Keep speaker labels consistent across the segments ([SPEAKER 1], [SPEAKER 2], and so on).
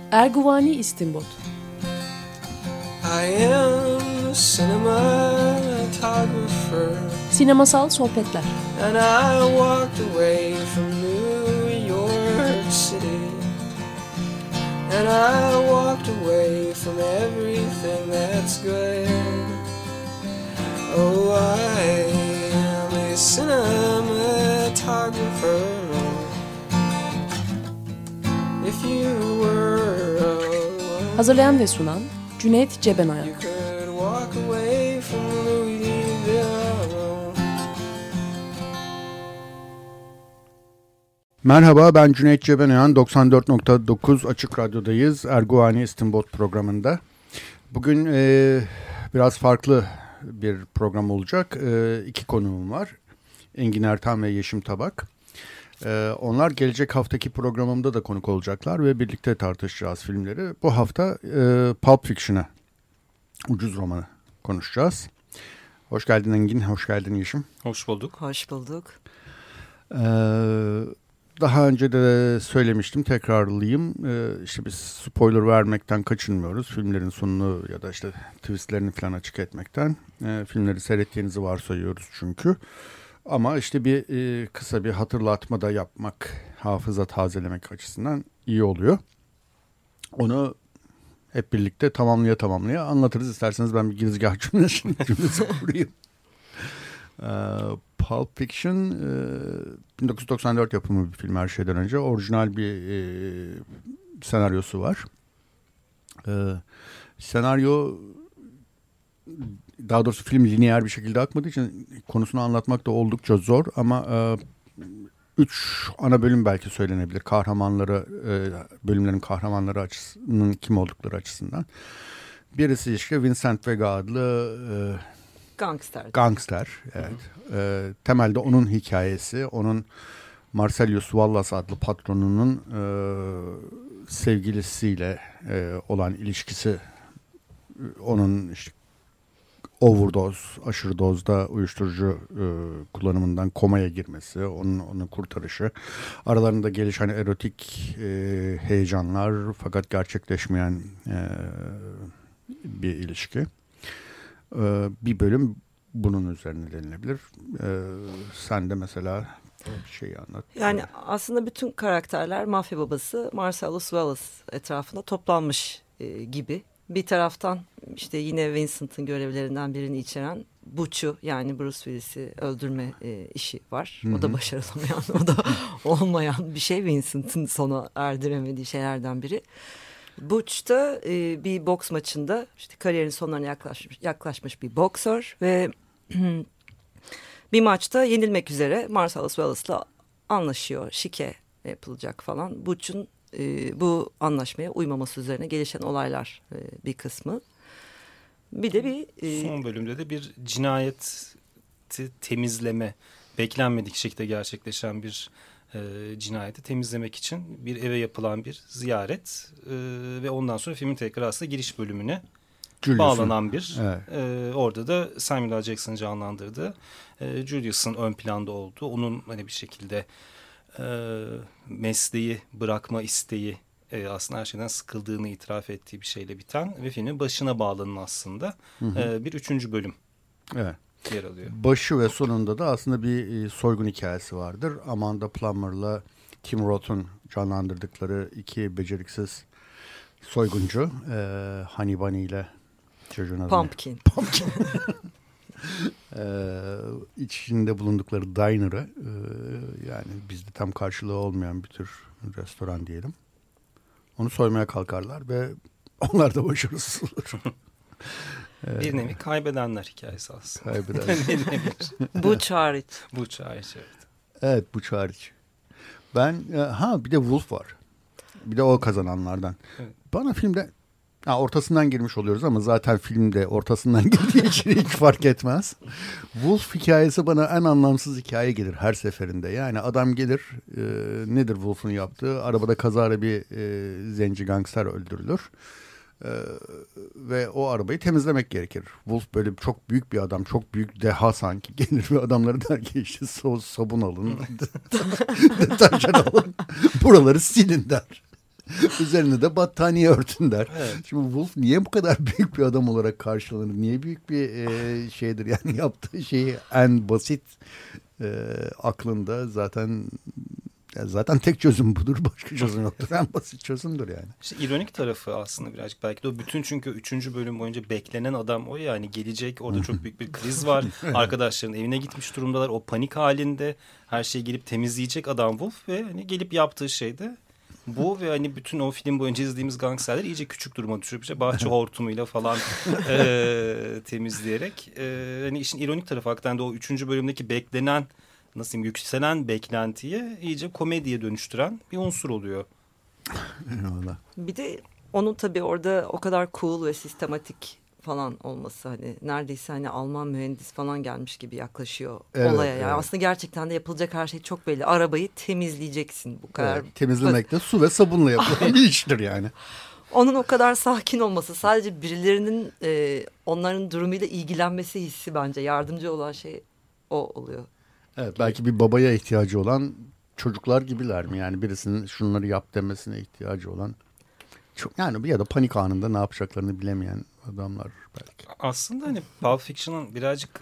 [SPEAKER 1] Erguvani İstinbot. Sinemasal sohbetler.
[SPEAKER 2] And I walked away from New York City. And I walked away from everything that's good. Oh, I am a cinematographer. If you were alone,
[SPEAKER 1] Hazırlayan ve sunan Cüneyt Cebenayak.
[SPEAKER 2] you could walk away from Louisville alone.
[SPEAKER 3] Merhaba, ben Cüneyt Cebenayan. 94.9 Açık Radyo'dayız. Erguvani İstinbot programında. Bugün biraz farklı bir program olacak. İki konuğum var. Engin Ertan ve Yeşim Tabak. Onlar gelecek haftaki programımda da konuk olacaklar ve birlikte tartışacağız filmleri. Bu hafta Pulp Fiction'ı, ucuz romanı konuşacağız. Hoş geldin Engin, hoş geldin Yeşim.
[SPEAKER 4] Hoş bulduk.
[SPEAKER 5] Hoş bulduk.
[SPEAKER 3] Daha önce de söylemiştim, tekrarlayayım. İşte biz spoiler vermekten kaçınmıyoruz. Filmlerin sonunu ya da işte twistlerini falan açık etmekten. Filmleri seyrettiğinizi varsayıyoruz çünkü. Ama işte bir kısa bir hatırlatma da yapmak, hafıza tazelemek açısından iyi oluyor. Onu hep birlikte tamamlaya anlatırız. İsterseniz ben bir girizgah cümlesi kurayım. Pulp Fiction 1994 yapımı bir film her şeyden önce. Orijinal bir senaryosu var. Senaryo, daha doğrusu film lineer bir şekilde akmadığı için konusunu anlatmak da oldukça zor ama 3 ana bölüm belki söylenebilir. Kahramanları, bölümlerin kahramanları açısından, kim oldukları açısından. Birisi işte Vincent Vega adlı Gangster, evet. Temelde onun hikayesi, onun Marcellus Wallace adlı patronunun sevgilisiyle olan ilişkisi, onun işte overdose, aşırı dozda uyuşturucu kullanımından komaya girmesi, onun kurtarışı, aralarında gelişen erotik heyecanlar fakat gerçekleşmeyen bir ilişki. Bir bölüm bunun üzerine denilebilir. Sen de mesela bir şeyi anlat.
[SPEAKER 5] Yani aslında bütün karakterler mafya babası Marcellus Wallace etrafında toplanmış gibi. Bir taraftan işte yine Vincent'ın görevlerinden birini içeren Butch'u, yani Bruce Willis'i öldürme işi var.
[SPEAKER 3] Hı-hı.
[SPEAKER 5] O da başarılamayan, o da olmayan bir şey. Vincent'ın sona erdiremediği şeylerden biri. Butch da bir boks maçında işte kariyerin sonlarına yaklaşmış bir boksör ve bir maçta yenilmek üzere Marcellus Wallace'la anlaşıyor. Şike yapılacak falan. Butch'un bu anlaşmaya uymaması üzerine gelişen olaylar bir kısmı. Bir de bir...
[SPEAKER 4] Son bölümde de bir cinayeti temizleme, beklenmedik şekilde gerçekleşen bir cinayeti temizlemek için bir eve yapılan bir ziyaret ve ondan sonra filmin tekrar aslında giriş bölümüne bağlanan bir... Evet. Orada da Samuel L. Jackson'ın canlandırdığı Julius'ın ön planda olduğu, onun hani bir şekilde mesleği bırakma isteği, aslında her şeyden sıkıldığını itiraf ettiği bir şeyle biten ve filmin başına bağlanan aslında bir 3. bölüm.
[SPEAKER 3] Evet.
[SPEAKER 4] Yer alıyor.
[SPEAKER 3] Başı ve sonunda da aslında bir soygun hikayesi vardır. Amanda Plummer'la Tim Roth'un canlandırdıkları iki beceriksiz soyguncu, Honey Bunny ile çocuğun adı
[SPEAKER 5] Pumpkin.
[SPEAKER 3] İçinde bulundukları diner'ı, yani bizde tam karşılığı olmayan bir tür restoran diyelim. Onu soymaya kalkarlar ve onlar da başarısız olur.
[SPEAKER 4] Bir nevi kaybedenler hikayesi aslında.
[SPEAKER 5] Butch hariç.
[SPEAKER 4] Butch hariç, evet.
[SPEAKER 3] Evet, Butch hariç. Bir de Wolf var. Bir de o kazananlardan. Evet. Bana filmde ortasından girmiş oluyoruz ama zaten filmde ortasından girdiği için hiç fark etmez. Wolf hikayesi bana en anlamsız hikaye gelir her seferinde. Yani adam gelir, nedir Wolf'un yaptığı? Arabada kazara bir zenci gangster öldürülür. Ve o arabayı temizlemek gerekir. Wolf böyle çok büyük bir adam, çok büyük deha sanki, gelir ve adamları der ki işte sabun alın, deterjan alın, buraları silin der. Üzerine de battaniye örtün der.
[SPEAKER 4] Evet.
[SPEAKER 3] Şimdi Wolf niye bu kadar büyük bir adam olarak karşılanır? Niye büyük bir şeydir yani yaptığı şeyi en basit aklında zaten tek çözüm budur. Başka çözüm yoktur. En basit çözümdür yani.
[SPEAKER 4] İşte ironik tarafı aslında birazcık belki de o bütün çünkü 3. bölüm boyunca beklenen adam o yani gelecek. Orada çok büyük bir kriz var. Arkadaşların evine gitmiş durumdalar. O panik halinde her şeyi gelip temizleyecek adam Wolf ve hani gelip yaptığı şey de bu ve hani bütün o film boyunca izlediğimiz gangsterler iyice küçük duruma düşürüp işte bahçe hortumuyla falan temizleyerek hani işin ironik tarafı hakikaten de o 3. bölümdeki beklenen nasıl diyeyim yükselen beklentiyi iyice komediye dönüştüren bir unsur oluyor.
[SPEAKER 3] Eyvallah.
[SPEAKER 5] Bir de onun tabii orada o kadar cool ve sistematik falan olması hani neredeyse hani Alman mühendis falan gelmiş gibi yaklaşıyor olaya. Yani aslında gerçekten de yapılacak her şey çok belli. Arabayı temizleyeceksin bu kadar.
[SPEAKER 3] Evet, temizlemek de su ve sabunla yapılan bir iştir yani.
[SPEAKER 5] Onun o kadar sakin olması sadece birilerinin onların durumuyla ilgilenmesi hissi bence yardımcı olan şey o oluyor.
[SPEAKER 3] Evet, belki bir babaya ihtiyacı olan çocuklar gibiler mi? Yani birisinin şunları yap demesine ihtiyacı olan çok yani ya da panik anında ne yapacaklarını bilemeyen adamlar belki.
[SPEAKER 4] Aslında hani Pulp Fiction'ın birazcık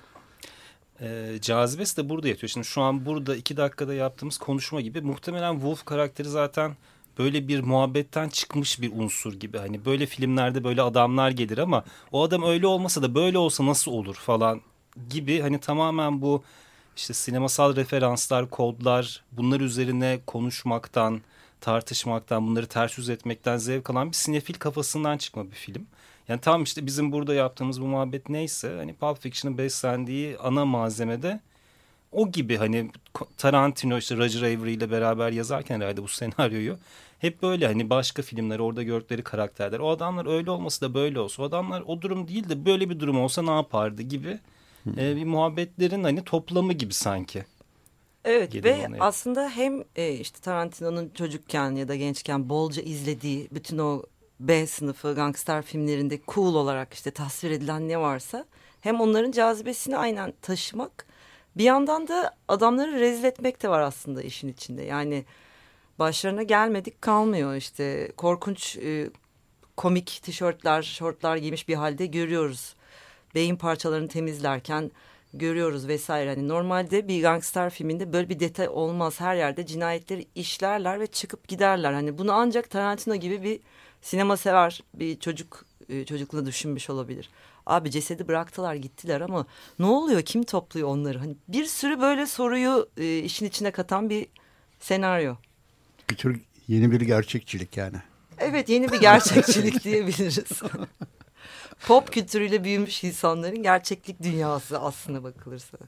[SPEAKER 4] cazibesi de burada yatıyor. Şimdi şu an burada 2 dakikada yaptığımız konuşma gibi muhtemelen Wolf karakteri zaten böyle bir muhabbetten çıkmış bir unsur gibi. Hani böyle filmlerde böyle adamlar gelir ama o adam öyle olmasa da böyle olsa nasıl olur falan gibi hani tamamen bu işte sinemasal referanslar, kodlar bunlar üzerine konuşmaktan, tartışmaktan, bunları ters yüz etmekten zevk alan bir sinefil kafasından çıkma bir film. Yani tam işte bizim burada yaptığımız bu muhabbet neyse hani Pulp Fiction'ın beslendiği ana malzemede o gibi hani Tarantino işte Roger Avary ile beraber yazarken herhalde bu senaryoyu hep böyle hani başka filmler orada gördükleri karakterler o adamlar öyle olması da böyle olsa o adamlar o durum değil de böyle bir durum olsa ne yapardı gibi bir muhabbetlerin hani toplamı gibi sanki.
[SPEAKER 5] Evet
[SPEAKER 4] Gelin
[SPEAKER 5] ve
[SPEAKER 4] ona.
[SPEAKER 5] aslında hem işte Tarantino'nun çocukken ya da gençken bolca izlediği bütün o B sınıfı gangster filmlerinde cool olarak işte tasvir edilen ne varsa hem onların cazibesini aynen taşımak bir yandan da adamları rezil etmek de var aslında işin içinde. Yani başlarına gelmedik kalmıyor işte korkunç komik tişörtler, şortlar giymiş bir halde görüyoruz. Beyin parçalarını temizlerken görüyoruz vesaire. Hani normalde bir gangster filminde böyle bir detay olmaz. Her yerde cinayetleri işlerler ve çıkıp giderler. Hani bunu ancak Tarantino gibi bir sinema sever bir çocukluğunda düşünmüş olabilir. Abi cesedi bıraktılar gittiler ama ne oluyor? Kim topluyor onları? Hani bir sürü böyle soruyu işin içine katan bir senaryo.
[SPEAKER 3] Bir tür yeni bir gerçekçilik yani.
[SPEAKER 5] Evet yeni bir gerçekçilik diyebiliriz. Pop kültürüyle büyümüş insanların gerçeklik dünyası aslına bakılırsa.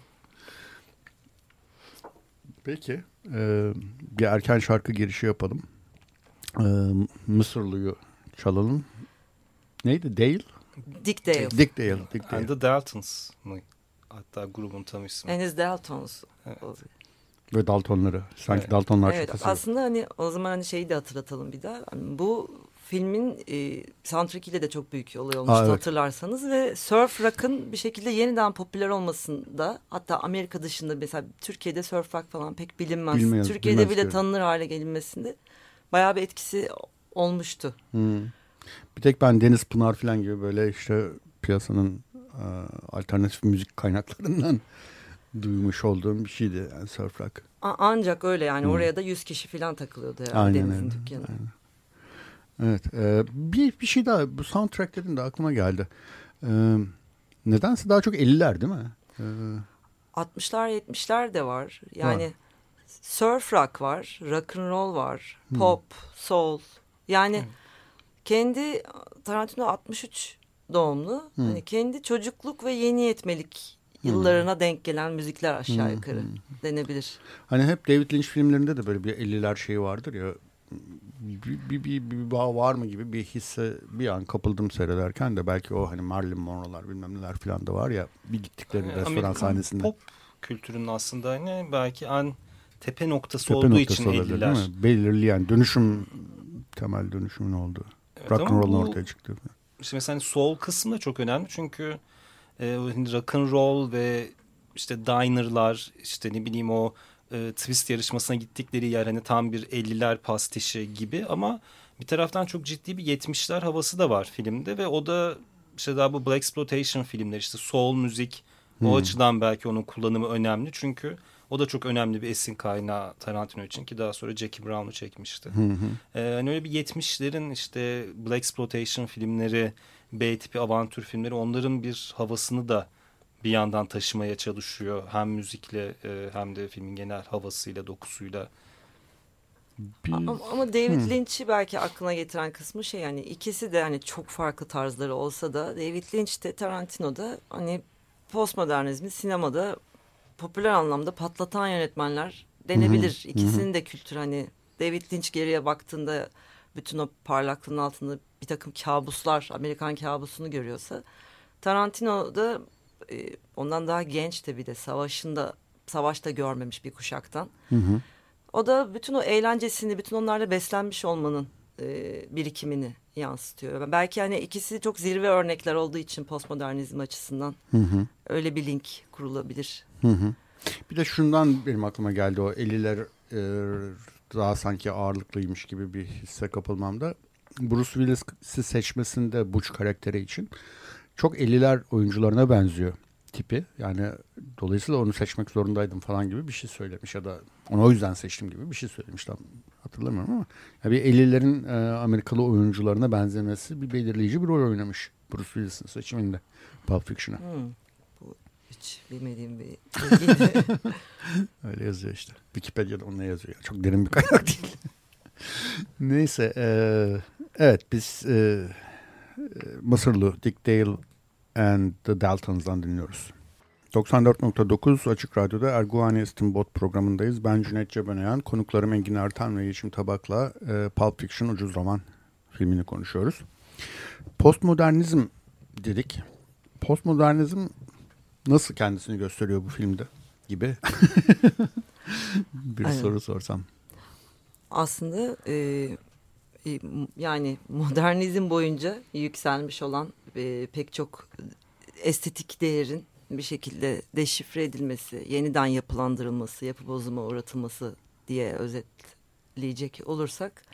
[SPEAKER 3] Peki. Bir erken şarkı girişi yapalım. Mısırlı'yı çalalım. Neydi? Dale?
[SPEAKER 5] Dick Dale.
[SPEAKER 3] Dick Dale.
[SPEAKER 4] And the Daltons mı? Hatta grubun tam ismi.
[SPEAKER 5] Henüz Daltons.
[SPEAKER 4] Evet.
[SPEAKER 3] Ve Daltonları. Sanki
[SPEAKER 4] Evet.
[SPEAKER 3] Daltonlar
[SPEAKER 5] Evet
[SPEAKER 3] şakası.
[SPEAKER 5] aslında hani o zaman hani şeyi de hatırlatalım bir daha. Hani bu filmin soundtrackiyle de çok büyük olay olmuştu
[SPEAKER 3] evet.
[SPEAKER 5] hatırlarsanız ve surf rock'ın bir şekilde yeniden popüler olmasında hatta Amerika dışında mesela Türkiye'de surf rock falan pek bilinmez. Türkiye'de bile
[SPEAKER 3] diyorum.
[SPEAKER 5] tanınır hale gelinmesinde bayağı bir etkisi olmuştu.
[SPEAKER 3] Bir tek ben Deniz Pınar falan gibi böyle işte piyasanın alternatif müzik kaynaklarından duymuş olduğum bir şeydi yani surf rock.
[SPEAKER 5] Ancak öyle yani oraya da 100 kişi falan takılıyordu herhalde
[SPEAKER 3] Aynen
[SPEAKER 5] Deniz'in
[SPEAKER 3] öyle.
[SPEAKER 5] dükkanı.
[SPEAKER 3] Aynen. Evet. Bir şey daha bu soundtrack dedin de aklıma geldi. Nedense daha çok 50'ler değil mi?
[SPEAKER 5] 60'lar 70'ler de var. Yani surf rock var, rock and roll var, pop, soul. Yani kendi Tarantino 63 doğumlu. Hani kendi çocukluk ve yeni yetmelik yıllarına denk gelen müzikler aşağı yukarı denebilir.
[SPEAKER 3] Hani hep David Lynch filmlerinde de böyle bir 50'ler şeyi vardır ya. Bir bağ var mı gibi bir hisse bir an kapıldım seyrederken de belki o hani Marilyn Monroe'lar bilmem neler falan da var ya bir gittikleri restoran
[SPEAKER 4] Amerikan
[SPEAKER 3] sahnesinde.
[SPEAKER 4] Pop kültürünün aslında hani belki en tepe noktası olduğu için
[SPEAKER 3] olabilir,
[SPEAKER 4] 50'ler.
[SPEAKER 3] değil mi? Belirleyen temel dönüşümün olduğu.
[SPEAKER 4] Evet,
[SPEAKER 3] Rock and roll'un ortaya çıktı.
[SPEAKER 4] İşte mesela soul kısmı da çok önemli çünkü rock and roll ve işte diner'lar işte ne bileyim o twist yarışmasına gittikleri yer hani tam bir 50'ler pastişi gibi ama bir taraftan çok ciddi bir 70'ler havası da var filmde ve o da işte daha bu blaxploitation filmler işte soul müzik o açıdan belki onun kullanımı önemli çünkü o da çok önemli bir esin kaynağı Tarantino için ki daha sonra Jackie Brown'u çekmişti. Hani öyle bir 70'lerin işte blaxploitation filmleri, B tipi avantür filmleri onların bir havasını da bir yandan taşımaya çalışıyor. Hem müzikle hem de filmin genel havasıyla, dokusuyla.
[SPEAKER 5] Ama David Lynch'i belki aklına getiren kısmı şey yani ikisi de hani çok farklı tarzları olsa da David Lynch de Tarantino'da hani postmodernizmi sinemada popüler anlamda patlatan yönetmenler denebilir. İkisinin de kültürü hani David Lynch geriye baktığında bütün o parlaklığın altında bir takım kabuslar, Amerikan kabusunu görüyorsa Tarantino da ondan daha genç de bir de savaşta görmemiş bir kuşaktan. O da bütün o eğlencesini, bütün onlarla beslenmiş olmanın birikimini yansıtıyor. Belki hani ikisi çok zirve örnekler olduğu için postmodernizm açısından öyle bir link kurulabilir.
[SPEAKER 3] Bir de şundan benim aklıma geldi o 50'ler daha sanki ağırlıklıymış gibi bir hisse kapılmamda. Bruce Willis'i seçmesinde Butch karakteri için çok 50'ler oyuncularına benziyor tipi. Yani dolayısıyla onu seçmek zorundaydım falan gibi bir şey söylemiş ya da onu o yüzden seçtim gibi bir şey söylemiş. Tam hatırlamıyorum ama bir 50'lerin Amerikalı oyuncularına benzemesi bir belirleyici bir rol oynamış Bruce Willis'in seçiminde Pulp Fiction'a.
[SPEAKER 5] Bu hiç bilmediğim bir bilgiydi.
[SPEAKER 3] Öyle yazıyor işte. Wikipedia'da onunla yazıyor. Çok derin bir kaynak değil. Neyse. Evet biz Mısırlı Dick Dale and the Daltons'dan dinliyoruz. 94.9 Açık Radyo'da Erguvani İstinbot programındayız. Ben Cüneyt Cebenayan, konuklarım Engin Ertan ve Yeşim Tabak'la Pulp Fiction ucuz roman filmini konuşuyoruz. Postmodernizm dedik. Postmodernizm nasıl kendisini gösteriyor bu filmde gibi bir soru sorsam.
[SPEAKER 5] Aslında yani modernizm boyunca yükselmiş olan pek çok estetik değerin bir şekilde deşifre edilmesi, yeniden yapılandırılması, yapı bozuma uğratılması diye özetleyecek olursak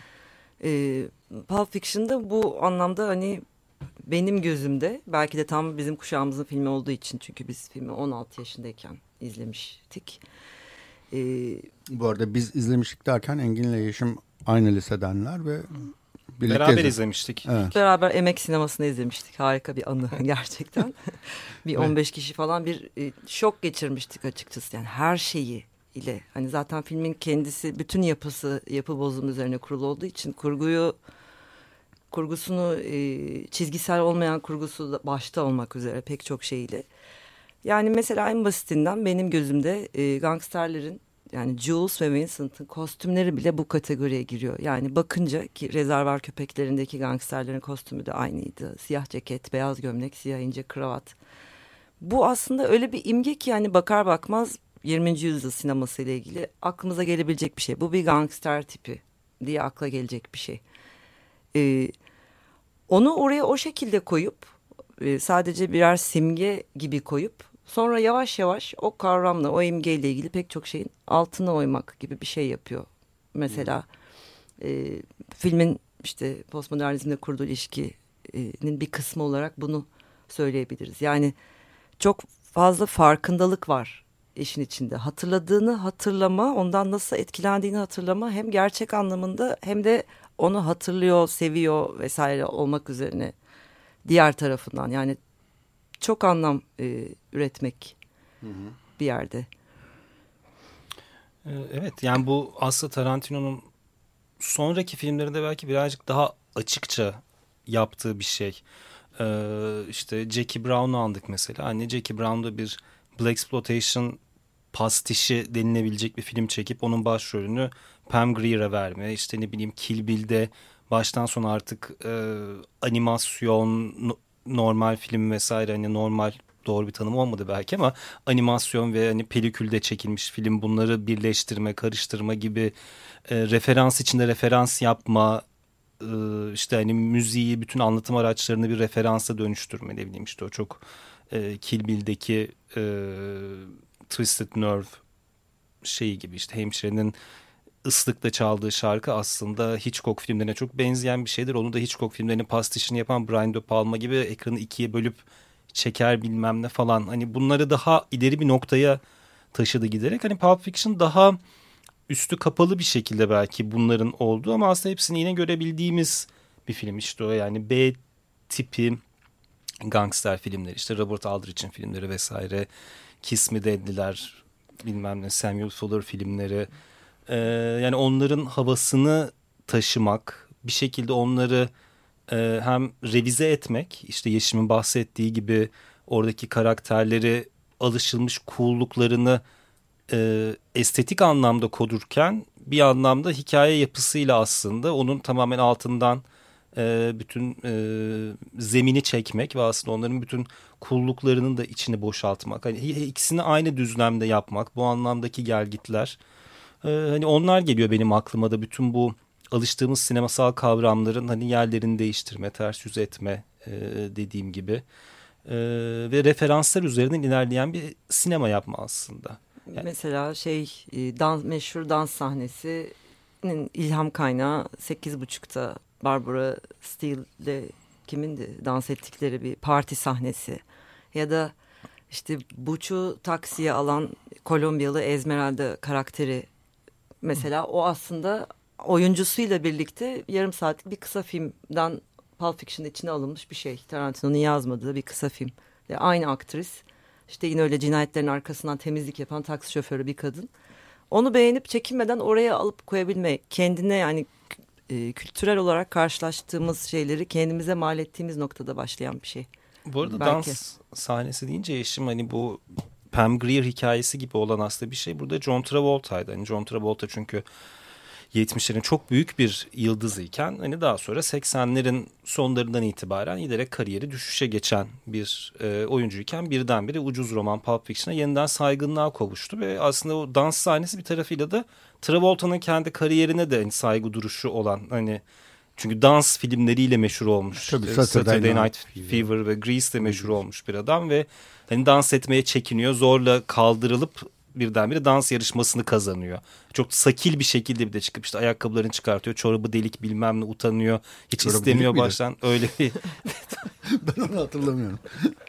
[SPEAKER 5] Pulp Fiction'da bu anlamda hani benim gözümde belki de tam bizim kuşağımızın filmi olduğu için çünkü biz filmi 16 yaşındayken izlemiştik.
[SPEAKER 3] Bu arada biz izlemiştik derken Engin'le Yeşim aynı lisedenler ve
[SPEAKER 4] beraber izlemiştik.
[SPEAKER 3] Evet.
[SPEAKER 5] Beraber Emek Sineması'nda izlemiştik. Harika bir anı gerçekten. Bir 15 kişi falan bir şok geçirmiştik açıkçası. Yani her şeyi ile. Hani zaten filmin kendisi bütün yapı bozum üzerine kurulu olduğu için kurgusunu çizgisel olmayan kurgusu da başta olmak üzere pek çok şeyle. Yani mesela en basitinden benim gözümde gangsterlerin yani Jules ve Vincent'ın kostümleri bile bu kategoriye giriyor. Yani bakınca ki Rezervuar Köpeklerindeki gangsterlerin kostümü de aynıydı. Siyah ceket, beyaz gömlek, siyah ince kravat. Bu aslında öyle bir imge ki yani bakar bakmaz 20. yüzyıl sineması ile ilgili aklımıza gelebilecek bir şey. Bu bir gangster tipi diye akla gelecek bir şey. Onu oraya o şekilde koyup sadece birer simge gibi koyup sonra yavaş yavaş o kavramla, o imgeyle ilgili pek çok şeyin altına oymak gibi bir şey yapıyor. Mesela filmin işte postmodernizmle kurduğu ilişkinin bir kısmı olarak bunu söyleyebiliriz. Yani çok fazla farkındalık var işin içinde. Hatırladığını hatırlama, ondan nasıl etkilendiğini hatırlama hem gerçek anlamında hem de onu hatırlıyor, seviyor vesaire olmak üzerine diğer tarafından yani çok anlam üretmek bir yerde.
[SPEAKER 4] Evet yani bu aslında Tarantino'nun sonraki filmlerinde belki birazcık daha açıkça yaptığı bir şey. İşte Jackie Brown'u aldık mesela. Hani Jackie Brown'da bir blaxploitation pastişi denilebilecek bir film çekip onun başrolünü Pam Grier'e verme. İşte ne bileyim Kill Bill'de baştan sona artık animasyon, normal film vesaire hani normal doğru bir tanım olmadı belki ama animasyon ve hani pelikülde çekilmiş film bunları birleştirme, karıştırma gibi referans içinde referans yapma, işte hani müziği, bütün anlatım araçlarını bir referansa dönüştürme, ne bileyim işte o çok Kill Bill'deki Twisted Nerve şeyi gibi, işte hemşirenin ıslıkla çaldığı şarkı aslında Hitchcock filmlerine çok benzeyen bir şeydir. Onu da Hitchcock filmlerinin pastişini yapan Brian De Palma gibi ekranı ikiye bölüp çeker bilmem ne falan. Hani bunları daha ileri bir noktaya taşıdı giderek. Hani Pulp Fiction daha üstü kapalı bir şekilde belki bunların olduğu ama aslında hepsini yine görebildiğimiz bir film. İşte o yani B tipi gangster filmleri, işte Robert Aldrich'in filmleri vesaire, Kiss Me Deadly'ler, bilmem ne, Samuel Fuller filmleri. Yani onların havasını taşımak, bir şekilde onları hem revize etmek, işte Yeşim'in bahsettiği gibi oradaki karakterleri alışılmış cool'luklarını estetik anlamda kodurken bir anlamda hikaye yapısıyla aslında onun tamamen altından bütün zemini çekmek ve aslında onların bütün cool'luklarının da içini boşaltmak. Hani ikisini aynı düzlemde yapmak, bu anlamdaki gelgitler. Hani onlar geliyor benim aklıma da, bütün bu alıştığımız sinemasal kavramların hani yerlerini değiştirme, ters yüz etme dediğim gibi ve referanslar üzerinden ilerleyen bir sinema yapma aslında. Yani,
[SPEAKER 5] mesela meşhur dans sahnesinin ilham kaynağı 8.30'da Barbara Steele'le kimindi dans ettikleri bir parti sahnesi ya da işte Butch'u taksiye alan Kolombiyalı Esmeralda karakteri, mesela o aslında oyuncusuyla birlikte yarım saatlik bir kısa filmden, Pulp Fiction'ın içine alınmış bir şey. Tarantino'nun yazmadığı bir kısa film. Ve aynı aktris, işte yine öyle cinayetlerin arkasından temizlik yapan taksi şoförü bir kadın. Onu beğenip çekinmeden oraya alıp koyabilme, kendine yani kültürel olarak karşılaştığımız şeyleri kendimize mal ettiğimiz noktada başlayan bir şey.
[SPEAKER 4] Bu arada
[SPEAKER 5] belki
[SPEAKER 4] dans sahnesi deyince Yeşim, hani bu Pam Grier hikayesi gibi olan aslında bir şey burada John Travolta'ydı. Hani John Travolta çünkü 70'lerin çok büyük bir yıldızıyken hani daha sonra 80'lerin sonlarından itibaren giderek kariyeri düşüşe geçen bir oyuncuyken birdenbire ucuz roman Pulp Fiction'a yeniden saygınlığa kavuştu ve aslında o dans sahnesi bir tarafıyla da Travolta'nın kendi kariyerine de hani saygı duruşu olan, hani çünkü dans filmleriyle meşhur olmuş.
[SPEAKER 3] Tabii,
[SPEAKER 4] Saturday Night Fever ve Grease'le meşhur olmuş bir adam ve hani dans etmeye çekiniyor, zorla kaldırılıp birdenbire dans yarışmasını kazanıyor. Çok sakil bir şekilde bir de çıkıp işte ayakkabılarını çıkartıyor, çorabı delik bilmem ne, utanıyor, hiç çorabı istemiyor baştan öyle bir.
[SPEAKER 3] Ben onu hatırlamıyorum.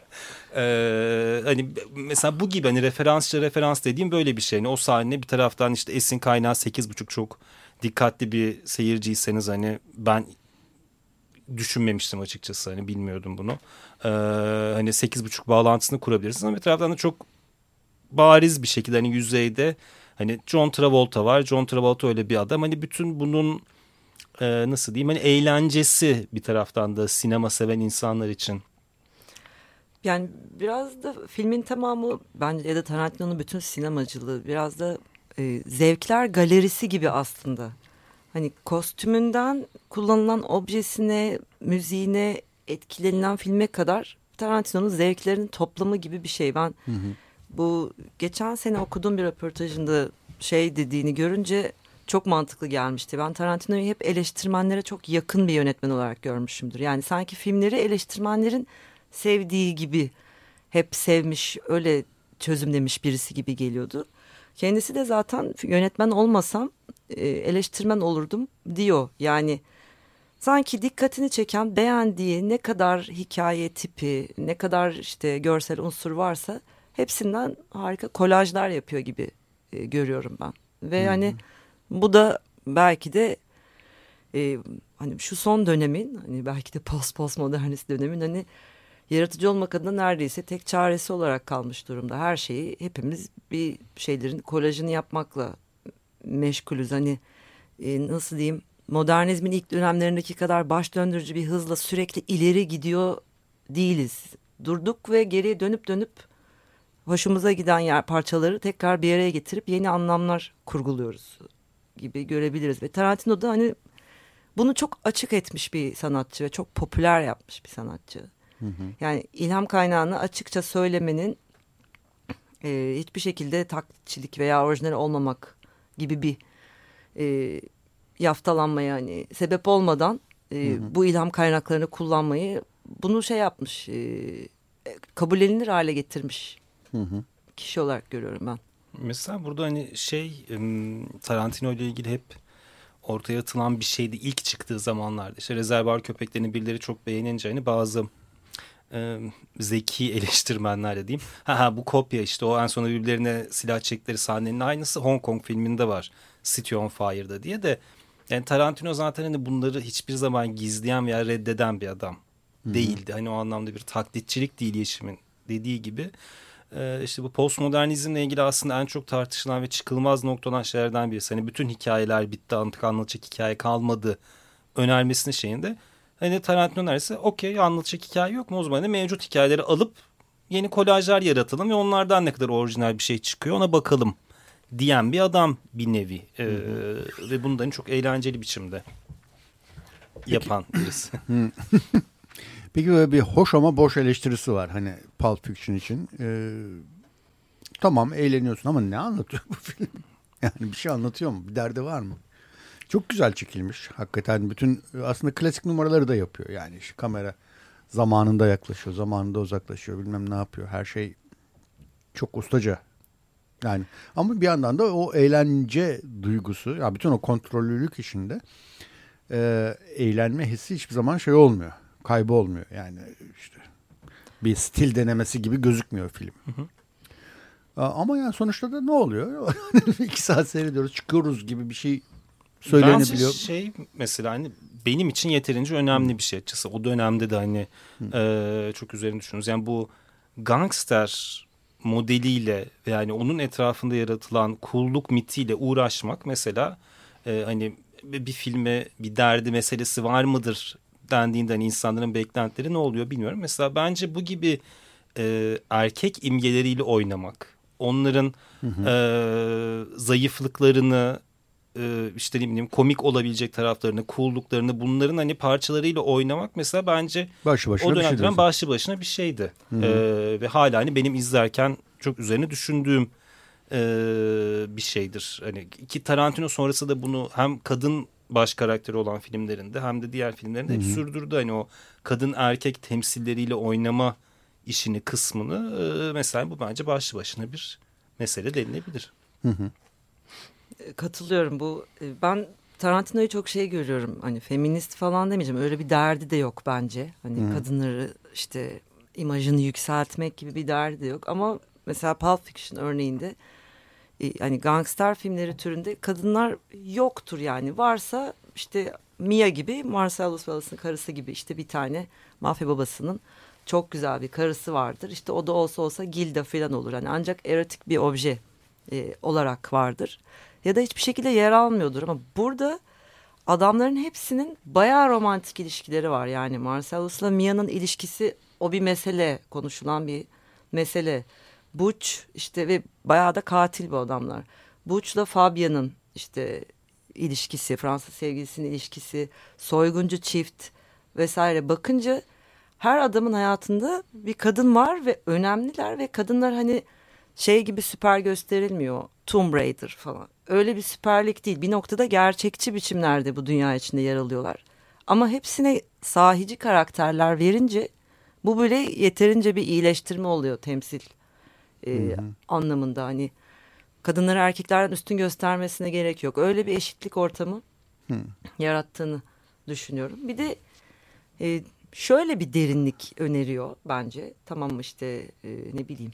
[SPEAKER 4] Hani mesela bu gibi hani referans dediğim böyle bir şey. Yani o sahne bir taraftan işte esin kaynağı 8.30, çok dikkatli bir seyirciyseniz hani ben düşünmemiştim açıkçası, hani bilmiyordum bunu. Hani 8.30 bağlantısını kurabilirsiniz ama bir taraftan da çok bariz bir şekilde hani yüzeyde hani John Travolta var. John Travolta öyle bir adam. Hani bütün bunun nasıl diyeyim, hani eğlencesi bir taraftan da sinema seven insanlar için.
[SPEAKER 5] Yani biraz da filmin tamamı bence ya da Tarantino'nun bütün sinemacılığı biraz da zevkler galerisi gibi aslında. Hani kostümünden kullanılan objesine, müziğine, etkilenilen filme kadar Tarantino'nun zevklerinin toplamı gibi bir şey. Ben bu geçen sene okuduğum bir röportajında şey dediğini görünce çok mantıklı gelmişti. Ben Tarantino'yu hep eleştirmenlere çok yakın bir yönetmen olarak görmüşümdür. Yani sanki filmleri eleştirmenlerin sevdiği gibi hep sevmiş, öyle çözümlemiş birisi gibi geliyordu. Kendisi de zaten yönetmen olmasam eleştirmen olurdum diyor. Yani sanki dikkatini çeken, beğendiği ne kadar hikaye tipi, ne kadar işte görsel unsur varsa hepsinden harika kolajlar yapıyor gibi görüyorum ben. Ve yani bu da belki de hani şu son dönemin, hani belki de postmodernist dönemin hani yaratıcı olmak adına neredeyse tek çaresi olarak kalmış durumda. Her şeyi hepimiz bir şeylerin kolajını yapmakla meşgulüz. Hani nasıl diyeyim, modernizmin ilk dönemlerindeki kadar baş döndürücü bir hızla sürekli ileri gidiyor değiliz. Durduk ve geriye dönüp hoşumuza giden yer parçaları tekrar bir araya getirip yeni anlamlar kurguluyoruz gibi görebiliriz. Ve Tarantino da hani bunu çok açık etmiş bir sanatçı ve çok popüler yapmış bir sanatçı. Yani ilham kaynağını açıkça söylemenin hiçbir şekilde taklitçilik veya orijinal olmamak gibi bir yaftalanmaya hani sebep olmadan bu ilham kaynaklarını kullanmayı, bunu şey yapmış, kabullenilir hale getirmiş kişi olarak görüyorum ben.
[SPEAKER 4] Mesela burada hani Tarantino ile ilgili hep ortaya atılan bir şeydi ilk çıktığı zamanlarda. İşte Rezervuar Köpeklerini birileri çok beğenince hani bazı zeki eleştirmenler de diyeyim. Bu kopya işte o en sonunda birbirlerine silah çektikleri sahnenin aynısı Hong Kong filminde var. City on Fire'da diye de. Yani Tarantino zaten hani bunları hiçbir zaman gizleyen veya reddeden bir adam değildi. Hani o anlamda bir taklitçilik değil Yeşim'in dediği gibi. İşte bu postmodernizmle ilgili aslında en çok tartışılan ve çıkılmaz nokta olan şeylerden birisi. Hani bütün hikayeler bitti, artık anlatacak hikaye kalmadı önermesinin şeyinde. Hani Tarantino önerisi okey, anlatacak hikaye yok mu? O zaman da mevcut hikayeleri alıp yeni kolajlar yaratalım ve onlardan ne kadar orijinal bir şey çıkıyor ona bakalım diyen bir adam bir nevi. Ve bunu da çok eğlenceli biçimde yapan birisi.
[SPEAKER 3] Peki böyle bir hoş ama boş eleştirisi var hani Pulp Fiction için. Tamam eğleniyorsun ama ne anlatıyor bu film? Yani bir şey anlatıyor mu? Bir derdi var mı? Çok güzel çekilmiş. Hakikaten bütün aslında klasik numaraları da yapıyor. Yani işte kamera zamanında yaklaşıyor, zamanında uzaklaşıyor, bilmem ne yapıyor. Her şey çok ustaca. Yani ama bir yandan da o eğlence duygusu, ya bütün o kontrollülük işinde eğlenme hissi hiçbir zaman şey olmuyor. Kaybı olmuyor. Yani işte bir stil denemesi gibi gözükmüyor film. Hı hı. Ama yani sonuçta da ne oluyor? 2 saat seyrediyoruz, çıkıyoruz gibi bir şey söylenebiliyor.
[SPEAKER 4] Bence mesela hani benim için yeterince önemli bir şey açıkçası. O dönemde de hani çok üzerine düşünüyoruz. Yani bu gangster modeliyle ve yani onun etrafında yaratılan kulluk mitiyle uğraşmak mesela hani bir filme bir derdi meselesi var mıdır dendiğinde hani insanların beklentileri ne oluyor bilmiyorum. Mesela bence bu gibi erkek imgeleriyle oynamak, onların zayıflıklarını, işte ne bileyim komik olabilecek taraflarını, cool'luklarını, bunların hani parçalarıyla oynamak mesela bence o dönemden başlı başına bir şeydi. Ve hala hani benim izlerken çok üzerine düşündüğüm bir şeydir. Hani ki Tarantino sonrası da bunu hem kadın baş karakteri olan filmlerinde hem de diğer filmlerinde hep sürdürdü. Hani o kadın erkek temsilleriyle oynama işini, kısmını mesela bu bence başlı başına bir mesele denilebilir.
[SPEAKER 5] Katılıyorum bu. Ben Tarantino'yu çok görüyorum. Hani feminist falan demeyeceğim. Öyle bir derdi de yok bence. Hani kadınları işte imajını yükseltmek gibi bir derdi de yok. Ama mesela Pulp Fiction örneğinde hani gangster filmleri türünde kadınlar yoktur yani. Varsa işte Mia gibi, Marcellus Wallace'ın karısı gibi işte bir tane mafya babasının çok güzel bir karısı vardır. İşte o da olsa Gilda falan olur. Yani ancak erotik bir obje olarak vardır. Ya da hiçbir şekilde yer almıyordur ama burada adamların hepsinin bayağı romantik ilişkileri var. Yani Marcellus'la Mia'nın ilişkisi o bir mesele, konuşulan bir mesele. Butch işte ve bayağı da katil bu adamlar. Butch'la Fabian'ın işte ilişkisi, Fransız sevgilisinin ilişkisi, soyguncu çift vesaire bakınca her adamın hayatında bir kadın var ve önemliler ve kadınlar hani şey gibi süper gösterilmiyor. Tomb Raider falan. Öyle bir süperlik değil. Bir noktada gerçekçi biçimlerde bu dünya içinde yer alıyorlar. Ama hepsine sahici karakterler verince bu böyle yeterince bir iyileştirme oluyor temsil anlamında. Hani kadınları erkeklerden üstün göstermesine gerek yok. Öyle bir eşitlik ortamı yarattığını düşünüyorum. Bir de şöyle bir derinlik öneriyor bence. Tamam işte ne bileyim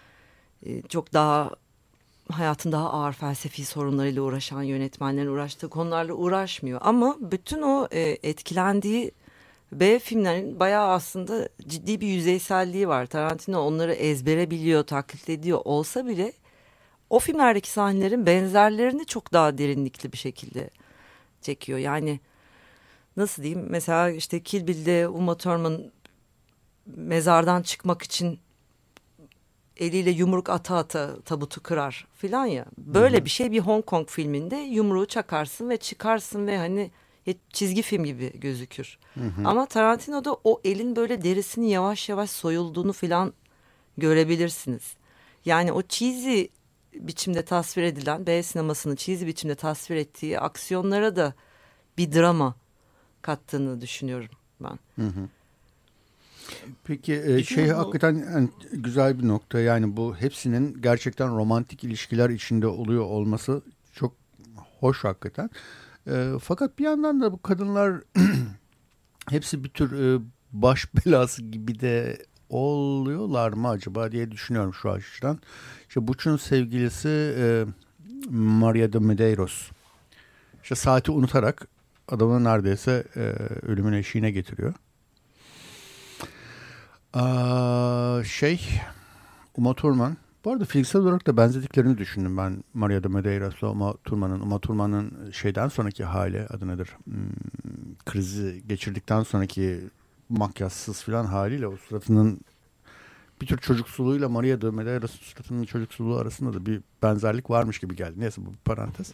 [SPEAKER 5] çok daha hayatın daha ağır felsefi sorunlarıyla uğraşan yönetmenlerin uğraştığı konularla uğraşmıyor. Ama bütün o etkilendiği B filmlerin bayağı aslında ciddi bir yüzeyselliği var. Tarantino onları ezbere biliyor, taklit ediyor olsa bile o filmlerdeki sahnelerin benzerlerini çok daha derinlikli bir şekilde çekiyor. Yani nasıl diyeyim? Mesela işte Kill Bill'de Uma Thurman mezardan çıkmak için eliyle yumruk ata tabutu kırar filan ya. Böyle bir şey bir Hong Kong filminde yumruğu çakarsın ve çıkarsın ve hani çizgi film gibi gözükür. Ama Tarantino'da o elin böyle derisinin yavaş yavaş soyulduğunu filan görebilirsiniz. Yani o cheesy biçimde tasvir edilen B sinemasının cheesy biçimde tasvir ettiği aksiyonlara da bir drama kattığını düşünüyorum ben.
[SPEAKER 3] Peki
[SPEAKER 4] bu...
[SPEAKER 3] hakikaten yani güzel bir nokta. Yani bu hepsinin gerçekten romantik ilişkiler içinde oluyor olması çok hoş hakikaten. Fakat bir yandan da bu kadınlar hepsi bir tür baş belası gibi de oluyorlar mı acaba diye düşünüyorum şu açıdan. İşte Butch'un sevgilisi Maria de Medeiros. İşte saati unutarak adamı neredeyse ölümün eşiğine getiriyor. Uma Thurman. Bu arada fiziksel olarak da benzediklerini düşündüm ben Maria de Medeiros'la Uma Thurman'ın. Uma Thurman'ın şeyden sonraki hali adı nedir? Krizi geçirdikten sonraki makyajsız falan haliyle o suratının bir tür çocuksuluğuyla Maria de Medeiros'un suratının çocuksuluğu arasında da bir benzerlik varmış gibi geldi. Neyse bu bir parantez.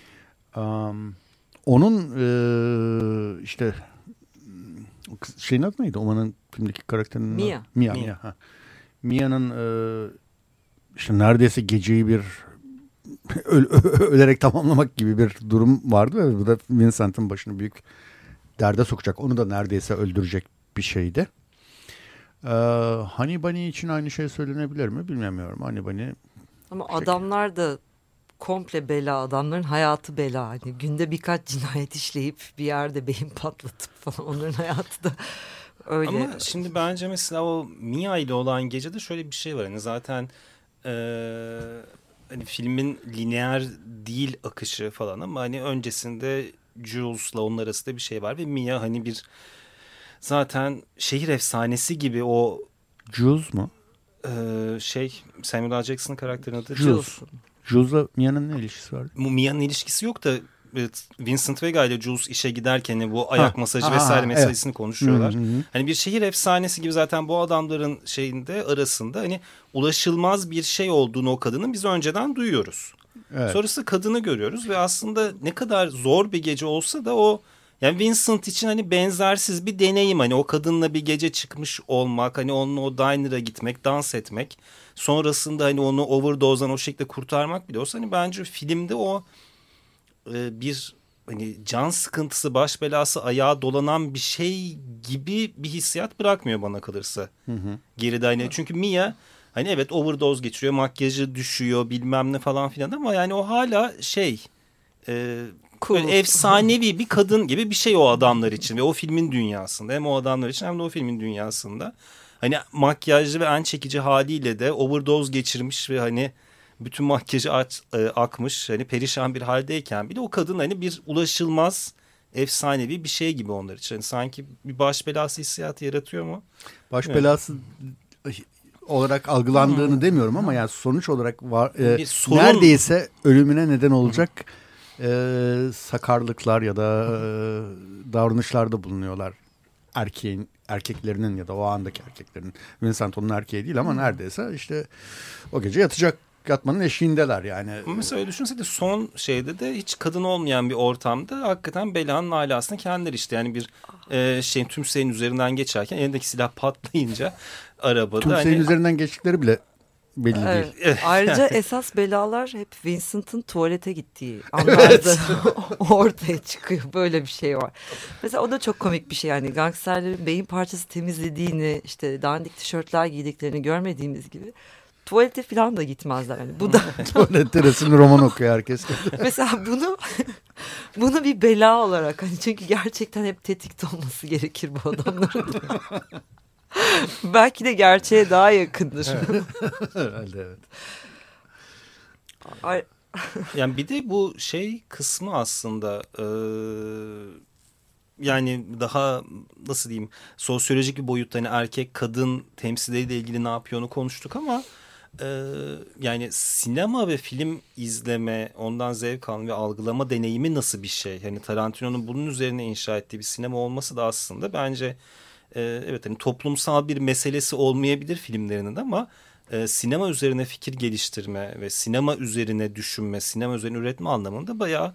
[SPEAKER 3] Onun işte şeyin adı neydi? Uma'nın filmdeki karakterinin
[SPEAKER 5] Mia.
[SPEAKER 3] Mia. Mia'nın işte neredeyse geceyi bir ölerek tamamlamak gibi bir durum vardı ve bu da Vincent'ın başını büyük derde sokacak. Onu da neredeyse öldürecek bir şeydi. Honey Bunny için aynı şey söylenebilir mi bilmiyorum. Honey Bunny
[SPEAKER 5] ama adamlar da komple bela, adamların hayatı bela. Hani günde birkaç cinayet işleyip bir yerde beyin patlatıp falan, onların hayatı da öyle.
[SPEAKER 4] Ama şimdi bence mesela o Mia ile olan gecede şöyle bir şey var. Hani zaten hani filmin lineer değil akışı falan ama hani öncesinde Jules'la onun arasında bir şey var ve Mia hani bir zaten şehir efsanesi gibi o
[SPEAKER 3] Jules mu?
[SPEAKER 4] Samuel L. Jackson'ın karakterinin adı
[SPEAKER 3] Jules. Jules'la Mia'nın ne ilişkisi vardı?
[SPEAKER 4] Mia'nın ilişkisi yok da Vincent Vega ile Jules işe giderken hani bu ayak masajı vesaire meselesini konuşuyorlar.
[SPEAKER 3] Hı.
[SPEAKER 4] Hani bir şehir efsanesi gibi zaten bu adamların şeyinde arasında hani ulaşılmaz bir şey olduğunu o kadının biz önceden duyuyoruz.
[SPEAKER 3] Evet.
[SPEAKER 4] Sonrasında kadını görüyoruz ve aslında ne kadar zor bir gece olsa da o yani Vincent için hani benzersiz bir deneyim. Hani o kadınla bir gece çıkmış olmak, hani onunla o diner'a gitmek, dans etmek. Sonrasında hani onu overdose'dan o şekilde kurtarmak bile olsa hani bence filmde o bir hani can sıkıntısı, baş belası, ayağa dolanan bir şey gibi bir hissiyat bırakmıyor bana kalırsa. Geride hani çünkü Mia hani evet overdose geçiriyor, makyajı düşüyor bilmem ne falan filan ama yani o hala
[SPEAKER 5] Cool.
[SPEAKER 4] efsanevi bir kadın gibi bir şey o adamlar için ve o filmin dünyasında hem o adamlar için hem de o filmin dünyasında hani makyajlı ve en çekici haliyle de overdose geçirmiş ve hani bütün makyajı akmış hani perişan bir haldeyken bile o kadın hani bir ulaşılmaz efsanevi bir şey gibi onlar için. Yani sanki bir baş belası hissiyatı yaratıyor mu?
[SPEAKER 3] Baş belası olarak algılandığını demiyorum ama yani sonuç olarak var, neredeyse ölümüne neden olacak sakarlıklar ya da davranışlarda bulunuyorlar erkeklerinin ya da o andaki erkeklerin. Vincent onun erkeği değil ama neredeyse işte o gece yatmanın eşiğindeler yani.
[SPEAKER 4] Mesela öyle düşünsene son şeyde de hiç kadın olmayan bir ortamda hakikaten belanın alasını kendileri işte yani bir tüm şeyin üzerinden geçerken elindeki silah patlayınca arabada.
[SPEAKER 3] Tüm şeyin üzerinden geçtikleri bile belli değil.
[SPEAKER 5] Ayrıca esas belalar hep Vincent'ın tuvalete gittiği anlarda ortaya çıkıyor. Böyle bir şey var. Mesela o da çok komik bir şey yani gangsterlerin beyin parçası temizlediğini işte dandik tişörtler giydiklerini görmediğimiz gibi tuvalete falan da gitmezler. Yani bu da
[SPEAKER 3] tuvalette resimli roman okuyor herkes.
[SPEAKER 5] Mesela bunu bir bela olarak hani çünkü gerçekten hep tetikte olması gerekir bu adamların. Belki de gerçeğe daha yakındır.
[SPEAKER 3] Herhalde
[SPEAKER 5] Ay.
[SPEAKER 4] Yani bir de bu şey kısmı aslında yani daha nasıl diyeyim sosyolojik bir boyutta hani erkek kadın temsilleriyle ilgili ne yapıyor onu konuştuk ama yani sinema ve film izleme ondan zevk alma ve algılama deneyimi nasıl bir şey? Hani Tarantino'nun bunun üzerine inşa ettiği bir sinema olması da aslında bence evet hani toplumsal bir meselesi olmayabilir filmlerinin ama sinema üzerine fikir geliştirme ve sinema üzerine düşünme, sinema üzerine üretme anlamında bayağı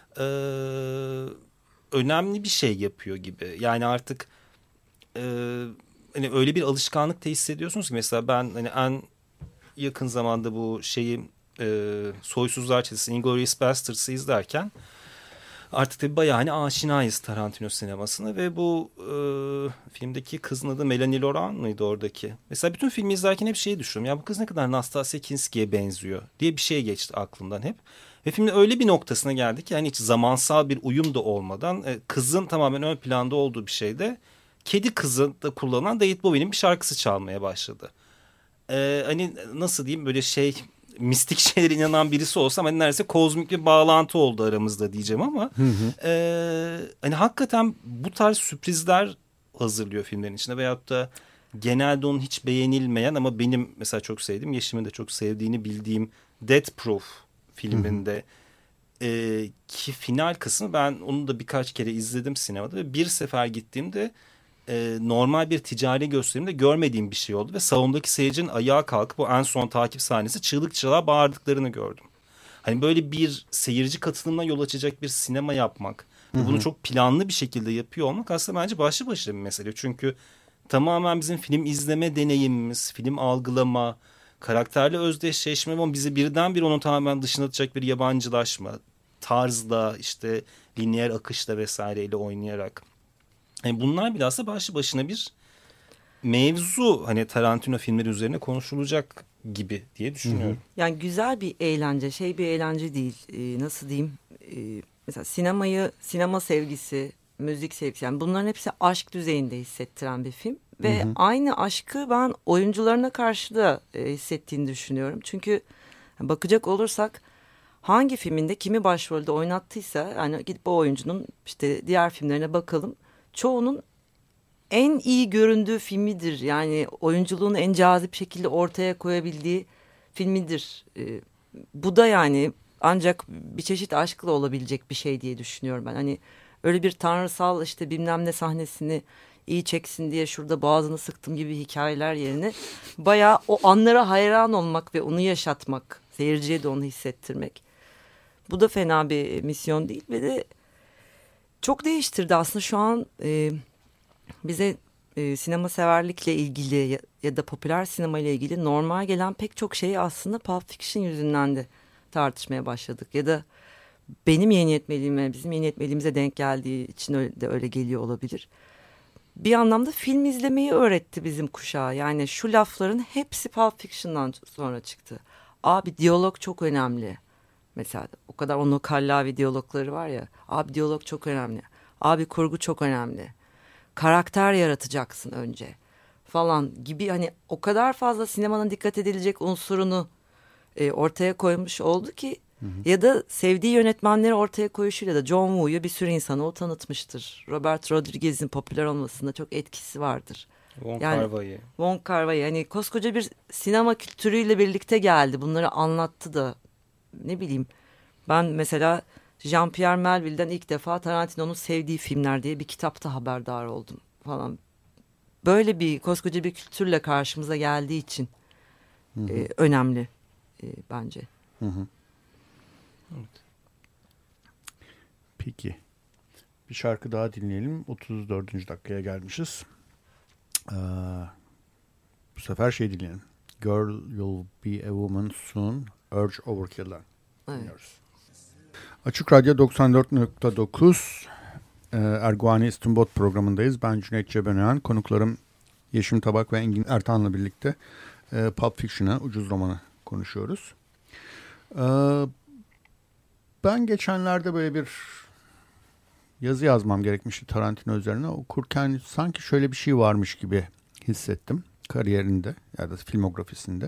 [SPEAKER 4] önemli bir şey yapıyor gibi. Yani artık hani öyle bir alışkanlık da hissediyorsunuz ki mesela ben hani en yakın zamanda bu şeyi Soysuzlar Çetesi Inglourious Basterds'ı izlerken Artık tabii bayağı hani aşinayız Tarantino sinemasına ve bu filmdeki kızın adı Melanie Laurent mıydı oradaki? Mesela bütün filmi izlerken hep şeyi düşünüyorum. Ya bu kız ne kadar Nastassja Kinski'ye benziyor diye bir şey geçti aklımdan hep. Ve filmde öyle bir noktasına geldik ki hani hiç zamansal bir uyum da olmadan kızın tamamen ön planda olduğu bir şeyde kedi kızı da kullanan David Bowie'nin bir şarkısı çalmaya başladı. Hani nasıl diyeyim böyle şey mistik şeylere inanan birisi olsam hani neredeyse kozmik bir bağlantı oldu aramızda diyeceğim ama hani hakikaten bu tarz sürprizler hazırlıyor filmlerin içinde veyahut da genelde onun hiç beğenilmeyen ama benim mesela çok sevdiğim, Yeşim'in de çok sevdiğini bildiğim Death Proof filminde ki final kısmı ben onu da birkaç kere izledim sinemada ve bir sefer gittiğimde normal bir ticari gösterimde görmediğim bir şey oldu ve salondaki seyircinin ayağa kalkıp o en son takip sahnesi çığlık çığlığa bağırdıklarını gördüm. Hani böyle bir seyirci katılımına yol açacak bir sinema yapmak ve bunu çok planlı bir şekilde yapıyor olmak aslında bence başlı başına bir mesele. Çünkü tamamen bizim film izleme deneyimimiz, film algılama, karakterle özdeşleşme ama bizi birdenbire onun tamamen dışına atacak bir yabancılaşma, tarzla işte lineer akışla vesaireyle oynayarak. Yani bunlar bilhassa başlı başına bir mevzu hani Tarantino filmleri üzerine konuşulacak gibi diye düşünüyorum.
[SPEAKER 5] Yani güzel bir eğlence, bir eğlence değil. Nasıl diyeyim? Mesela sinema sevgisi, müzik sevgisi, yani bunların hepsi aşk düzeyinde hissettiren bir film. Ve aynı aşkı ben oyuncularına karşı da hissettiğini düşünüyorum. Çünkü bakacak olursak hangi filminde kimi başrolde oynattıysa yani gidip o oyuncunun işte diğer filmlerine bakalım. Çoğunun en iyi göründüğü filmidir. Yani oyunculuğunu en cazip şekilde ortaya koyabildiği filmidir. Bu da yani ancak bir çeşit aşkla olabilecek bir şey diye düşünüyorum ben. Hani öyle bir tanrısal işte bilmem ne sahnesini iyi çeksin diye şurada boğazını sıktım gibi hikayeler yerine bayağı o anlara hayran olmak ve onu yaşatmak, seyirciye de onu hissettirmek. Bu da fena bir misyon değil ve de çok değiştirdi aslında şu an bize sinema severlikle ilgili ya da popüler sinema ile ilgili normal gelen pek çok şeyi aslında Pulp Fiction yüzünden de tartışmaya başladık. Ya da benim yeni yönetmeliğime, bizim yeni yönetmeliğimize denk geldiği için öyle geliyor olabilir. Bir anlamda film izlemeyi öğretti bizim kuşağa. Yani şu lafların hepsi Pulp Fiction'dan sonra çıktı. Abi diyalog çok önemli. Mesela o kadar onun kallavi diyalogları var ya. Abi diyalog çok önemli. Abi kurgu çok önemli. Karakter yaratacaksın önce falan gibi hani o kadar fazla sinemanın dikkat edilecek unsurunu ortaya koymuş oldu ki ya da sevdiği yönetmenleri ortaya koyuşuyla da John Woo'yu bir sürü insana o tanıtmıştır. Robert Rodriguez'in popüler olmasında çok etkisi vardır. Wong Kar-wai yani koskoca bir sinema kültürüyle birlikte geldi. Bunları anlattı da ne bileyim ben mesela Jean-Pierre Melville'den ilk defa Tarantino'nun sevdiği filmler diye bir kitapta haberdar oldum falan. Böyle bir koskoca bir kültürle karşımıza geldiği için önemli bence.
[SPEAKER 3] Evet. Peki. Bir şarkı daha dinleyelim. 34. dakikaya gelmişiz. Bu sefer dinleyelim. Girl You'll Be a Woman Soon, Urge Overkill'dan dinliyoruz. Açık Radyo 94.9 Erguvani İstinbot programındayız. Ben Cüneyt Cebenayan. Konuklarım Yeşim Tabak ve Engin Ertan'la birlikte Pulp Fiction'ı, ucuz romanı konuşuyoruz. Ben geçenlerde böyle bir yazı yazmam gerekmişti Tarantino üzerine. Okurken sanki şöyle bir şey varmış gibi hissettim kariyerinde ya da filmografisinde.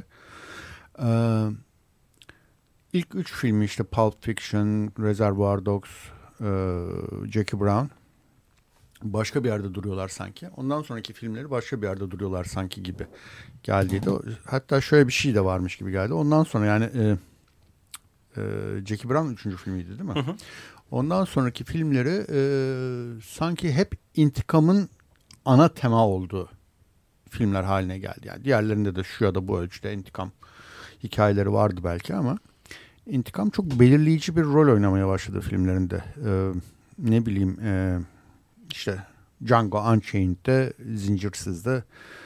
[SPEAKER 3] İlk 3 filmi işte Pulp Fiction, Reservoir Dogs, Jackie Brown başka bir yerde duruyorlar sanki. Ondan sonraki filmleri başka bir yerde duruyorlar sanki gibi geldiydi. Hatta şöyle bir şey de varmış gibi geldi. Ondan sonra yani Jackie Brown 3. filmiydi değil mi? Hı hı. Ondan sonraki filmleri sanki hep intikamın ana tema olduğu filmler haline geldi. Yani diğerlerinde de şu ya da bu ölçüde intikam hikayeleri vardı belki ama intikam çok belirleyici bir rol oynamaya başladı filmlerinde. Ne bileyim işte Django Unchained'de, Zincirsiz'de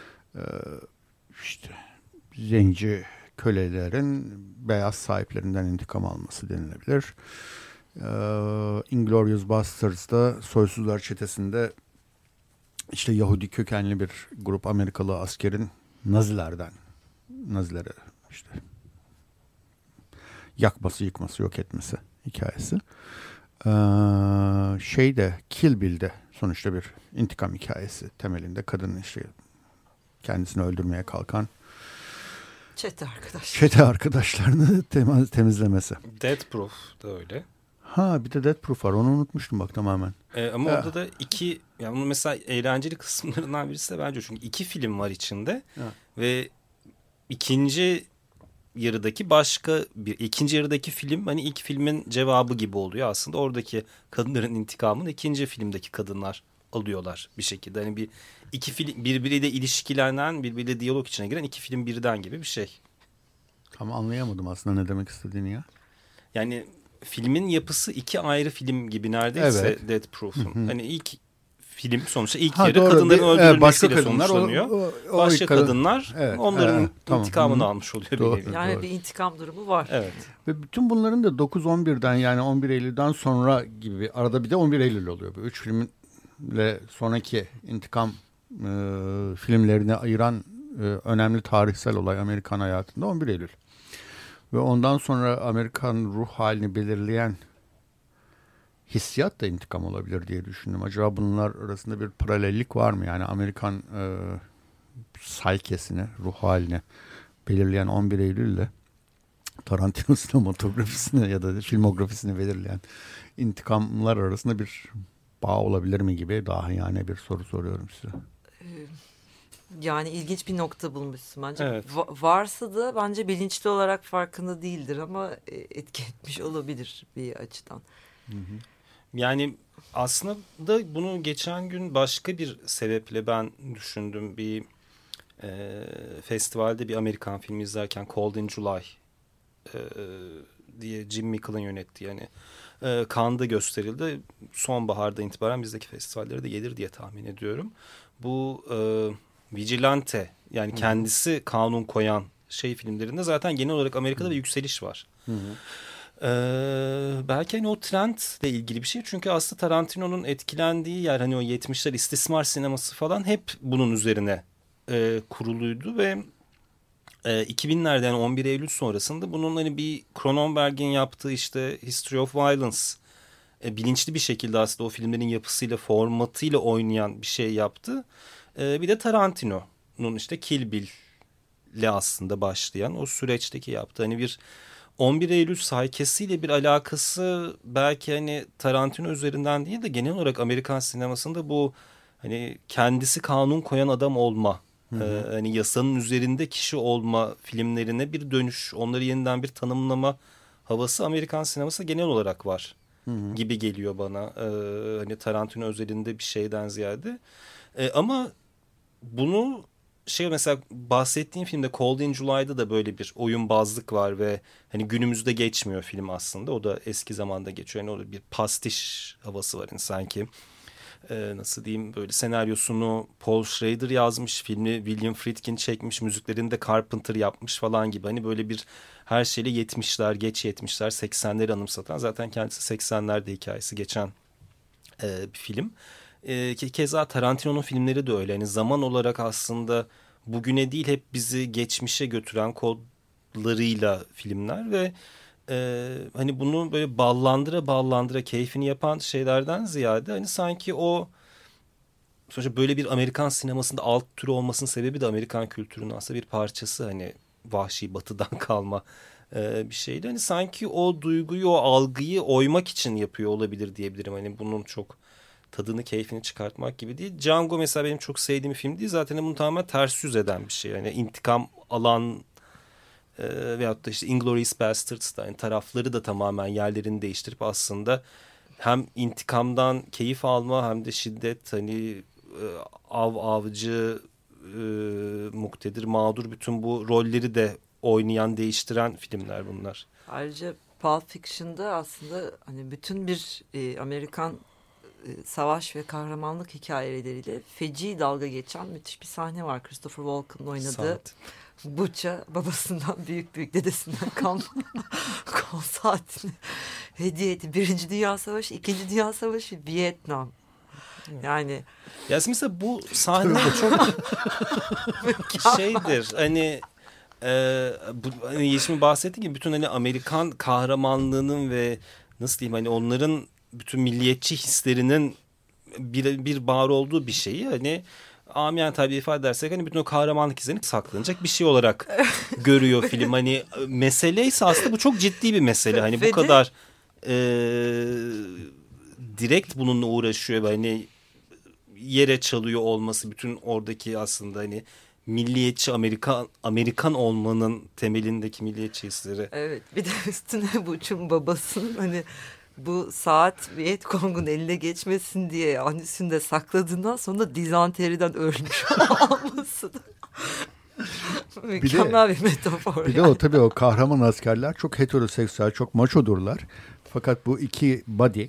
[SPEAKER 3] işte zenci kölelerin beyaz sahiplerinden intikam alması denilebilir. Inglourious Basterds'da Soysuzlar Çetesi'nde işte Yahudi kökenli bir grup Amerikalı askerin Nazilere işte yakması, yıkması, yok etmesi hikayesi. Kill Bill'de sonuçta bir intikam hikayesi temelinde, kadının işte kendisini öldürmeye kalkan çete arkadaşlarını temizlemesi.
[SPEAKER 4] Death Proof da öyle.
[SPEAKER 3] Ha, bir de Death Proof var, onu unutmuştum bak tamamen.
[SPEAKER 4] Ama orada da yani mesela eğlenceli kısımlarından birisi de bence, çünkü 2 film var içinde.
[SPEAKER 3] Evet.
[SPEAKER 4] Ve ikinci yarıdaki film hani ilk filmin cevabı gibi oluyor aslında. Oradaki kadınların intikamını ikinci filmdeki kadınlar alıyorlar bir şekilde. Hani iki film birbiriyle ilişkilenen, birbiriyle diyalog içine giren 2 film birden gibi bir şey.
[SPEAKER 3] Tam anlayamadım aslında ne demek istediğini ya.
[SPEAKER 4] Yani filmin yapısı 2 ayrı film gibi neredeyse,
[SPEAKER 3] evet.
[SPEAKER 4] Death Proof'un. Hani ilk film sonuçta ilk
[SPEAKER 3] yarı
[SPEAKER 4] doğru, kadınların öldürülmesiyle
[SPEAKER 3] sonuçlanıyor.
[SPEAKER 4] Başka kadınlar onların intikamını almış oluyor.
[SPEAKER 3] Doğru,
[SPEAKER 5] yani
[SPEAKER 3] doğru.
[SPEAKER 5] Bir intikam durumu var.
[SPEAKER 4] Evet.
[SPEAKER 3] Ve bütün bunların da 9-11'den yani 11 Eylül'den sonra gibi, arada bir de 11 Eylül oluyor. Bu 3 filmle sonraki intikam filmlerini ayıran önemli tarihsel olay Amerikan hayatında 11 Eylül. Ve ondan sonra Amerikan ruh halini belirleyen hissiyat da intikam olabilir diye düşündüm. Acaba bunlar arasında bir paralellik var mı? Yani Amerikan psikesini, ruh halini belirleyen 11 Eylül ile Tarantino sinematografisini ya da filmografisini belirleyen intikamlar arasında bir bağ olabilir mi gibi daha yani bir soru soruyorum size.
[SPEAKER 5] Yani ilginç bir nokta bulmuşsun bence.
[SPEAKER 4] Evet.
[SPEAKER 5] Varsa da bence bilinçli olarak farkında değildir ama etki etmiş olabilir bir açıdan.
[SPEAKER 3] Hı hı.
[SPEAKER 4] Yani aslında da bunu geçen gün başka bir sebeple ben düşündüm. Bir festivalde bir Amerikan filmi izlerken, Cold in July diye Jim Mickel'ın yönettiği, yani Cannes'da gösterildi. Sonbaharda itibaren bizdeki festivallere de gelir diye tahmin ediyorum. Bu vigilante, yani kendisi kanun koyan filmlerinde zaten genel olarak Amerika'da bir yükseliş var.
[SPEAKER 3] Hı hı.
[SPEAKER 4] Belki hani o trendle ilgili bir şey. Çünkü aslında Tarantino'nun etkilendiği yer, hani o 70'ler istismar sineması falan hep bunun üzerine kuruluydu ve 2000'lerde yani 11 Eylül sonrasında bunun hani bir Cronenberg'in yaptığı işte History of Violence, bilinçli bir şekilde aslında o filmlerin yapısıyla, formatıyla oynayan bir şey yaptı. Bir de Tarantino'nun işte Kill Bill'le aslında başlayan o süreçteki yaptığı hani bir 11 Eylül saykesiyle bir alakası belki hani Tarantino üzerinden değil de genel olarak Amerikan sinemasında bu hani kendisi kanun koyan adam olma, hani yasanın üzerinde kişi olma filmlerine bir dönüş, onları yeniden bir tanımlama havası Amerikan sineması genel olarak var gibi geliyor bana. Hani Tarantino özelinde bir şeyden ziyade. Ama bunu mesela bahsettiğim filmde Cold in July'da da böyle bir oyunbazlık var ve hani günümüzde geçmiyor film aslında. O da eski zamanda geçiyor. Yani orada bir pastiş havası var. Yani sanki nasıl diyeyim, böyle senaryosunu Paul Schrader yazmış, filmi William Friedkin çekmiş, müziklerini de Carpenter yapmış falan gibi. Hani böyle bir her şeyle 70'ler, geç 70'ler, 80'leri anımsatan, zaten kendisi 80'lerde hikayesi geçen bir film. Keza Tarantino'nun filmleri de öyle. Yani zaman olarak aslında bugüne değil, hep bizi geçmişe götüren kodlarıyla filmler ve hani bunu böyle ballandıra keyfini yapan şeylerden ziyade hani sanki o sonuçta böyle bir Amerikan sinemasında alt türü olmasının sebebi de Amerikan kültürünün aslında bir parçası, hani vahşi batıdan kalma bir şeydi. Hani sanki o duyguyu, o algıyı oymak için yapıyor olabilir diyebilirim. Hani bunun çok tadını, keyfini çıkartmak gibi değil. Django mesela benim çok sevdiğim bir film değil. Zaten bunu tamamen ters yüz eden bir şey. Yani intikam alan veyahut da işte Inglourious Basterds'da yani tarafları da tamamen yerlerini değiştirip aslında hem intikamdan keyif alma hem de şiddet, hani avcı, muktedir, mağdur, bütün bu rolleri de oynayan, değiştiren filmler bunlar.
[SPEAKER 5] Ayrıca Pulp Fiction'da aslında hani bütün bir Amerikan savaş ve kahramanlık hikayeleriyle feci dalga geçen müthiş bir sahne var. Christopher Walken'ın oynadığı Butch'a babasından büyük dedesinden kalma kol saatini hediye etti. Birinci Dünya Savaşı, İkinci Dünya Savaşı, Vietnam. Yani
[SPEAKER 4] ya mesela bu sahne çok şeydir. Hani hani Yeşim'in bahsettiği gibi bütün hani Amerikan kahramanlığının ve nasıl diyeyim hani onların bütün milliyetçi hislerinin bir bağır olduğu bir şeyi hani amiyen tabi ifade edersek hani bütün o kahramanlık izlerini saklanacak bir şey olarak görüyor film. Hani mesele ise aslında bu çok ciddi bir mesele. Hani bu kadar direkt bununla uğraşıyor ve hani yere çalıyor olması bütün oradaki aslında hani milliyetçi Amerikan olmanın temelindeki milliyetçi hisleri.
[SPEAKER 5] Evet, bir de üstüne Buç'un babasının hani bu saat Vietcong'un eline geçmesin diye anüsünde sakladığından sonra dizanteriden ölmüş olması da mükemmel bir metafor.
[SPEAKER 3] Bir de o tabii o kahraman askerler çok heteroseksüel, çok maçodurlar. Fakat bu iki body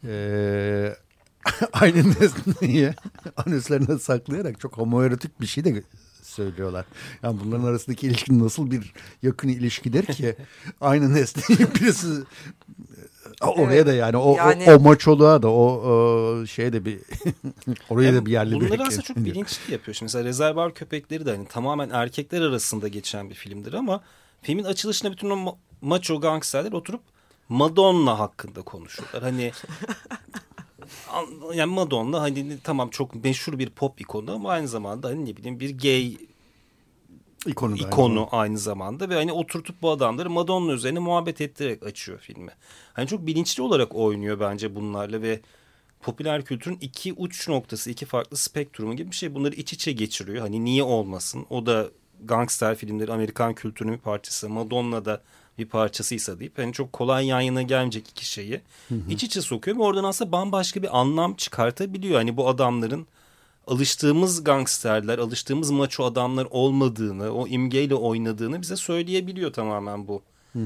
[SPEAKER 3] aynı nesneyi anüslerine saklayarak çok homoerotik bir şey de söylüyorlar. Yani bunların arasındaki ilişki nasıl bir yakın ilişkidir ki aynı nesneyi birisi oraya evet, da yani o maçoluğa da o şeye de bir oraya yani da bir yerli.
[SPEAKER 4] Bunları aslında çok bilinçli yapıyor. Şimdi mesela Rezervuar Köpekleri de hani tamamen erkekler arasında geçen bir filmdir ama filmin açılışında bütün o maço gangsterler oturup Madonna hakkında konuşuyorlar. Hani yani Madonna hani tamam çok meşhur bir pop ikonu ama aynı zamanda hani ne bileyim bir gay ikonu aynı zamanda ve hani oturtup bu adamları Madonna üzerine muhabbet ettirerek açıyor filmi. Hani çok bilinçli olarak oynuyor bence bunlarla ve popüler kültürün iki uç noktası, iki farklı spektrumu gibi bir şey. Bunları iç içe geçiriyor. Hani niye olmasın? O da gangster filmleri Amerikan kültürünün bir parçası. Madonna da bir parçasıysa deyip hani çok kolay yan yana gelmeyecek iki şeyi iç içe sokuyor ve oradan aslında bambaşka bir anlam çıkartabiliyor. Hani bu adamların alıştığımız gangsterler, alıştığımız maço adamlar olmadığını, o imgeyle oynadığını bize söyleyebiliyor tamamen bu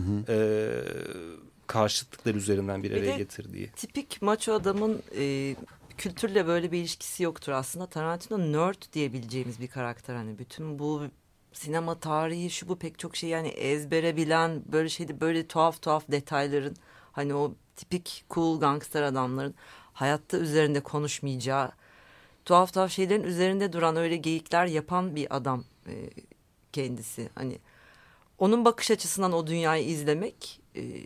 [SPEAKER 4] karşıtlıklar üzerinden bir araya getirdiği.
[SPEAKER 5] Tipik maço adamın kültürle böyle bir ilişkisi yoktur aslında. Tarantino nerd diyebileceğimiz bir karakter. Hani bütün bu sinema tarihi şu bu pek çok şey yani ezbere bilen böyle şeyde böyle tuhaf detayların hani o tipik cool gangster adamların hayatta üzerinde konuşmayacağı tuhaf şeylerin üzerinde duran öyle geyikler yapan bir adam kendisi. Hani onun bakış açısından o dünyayı izlemek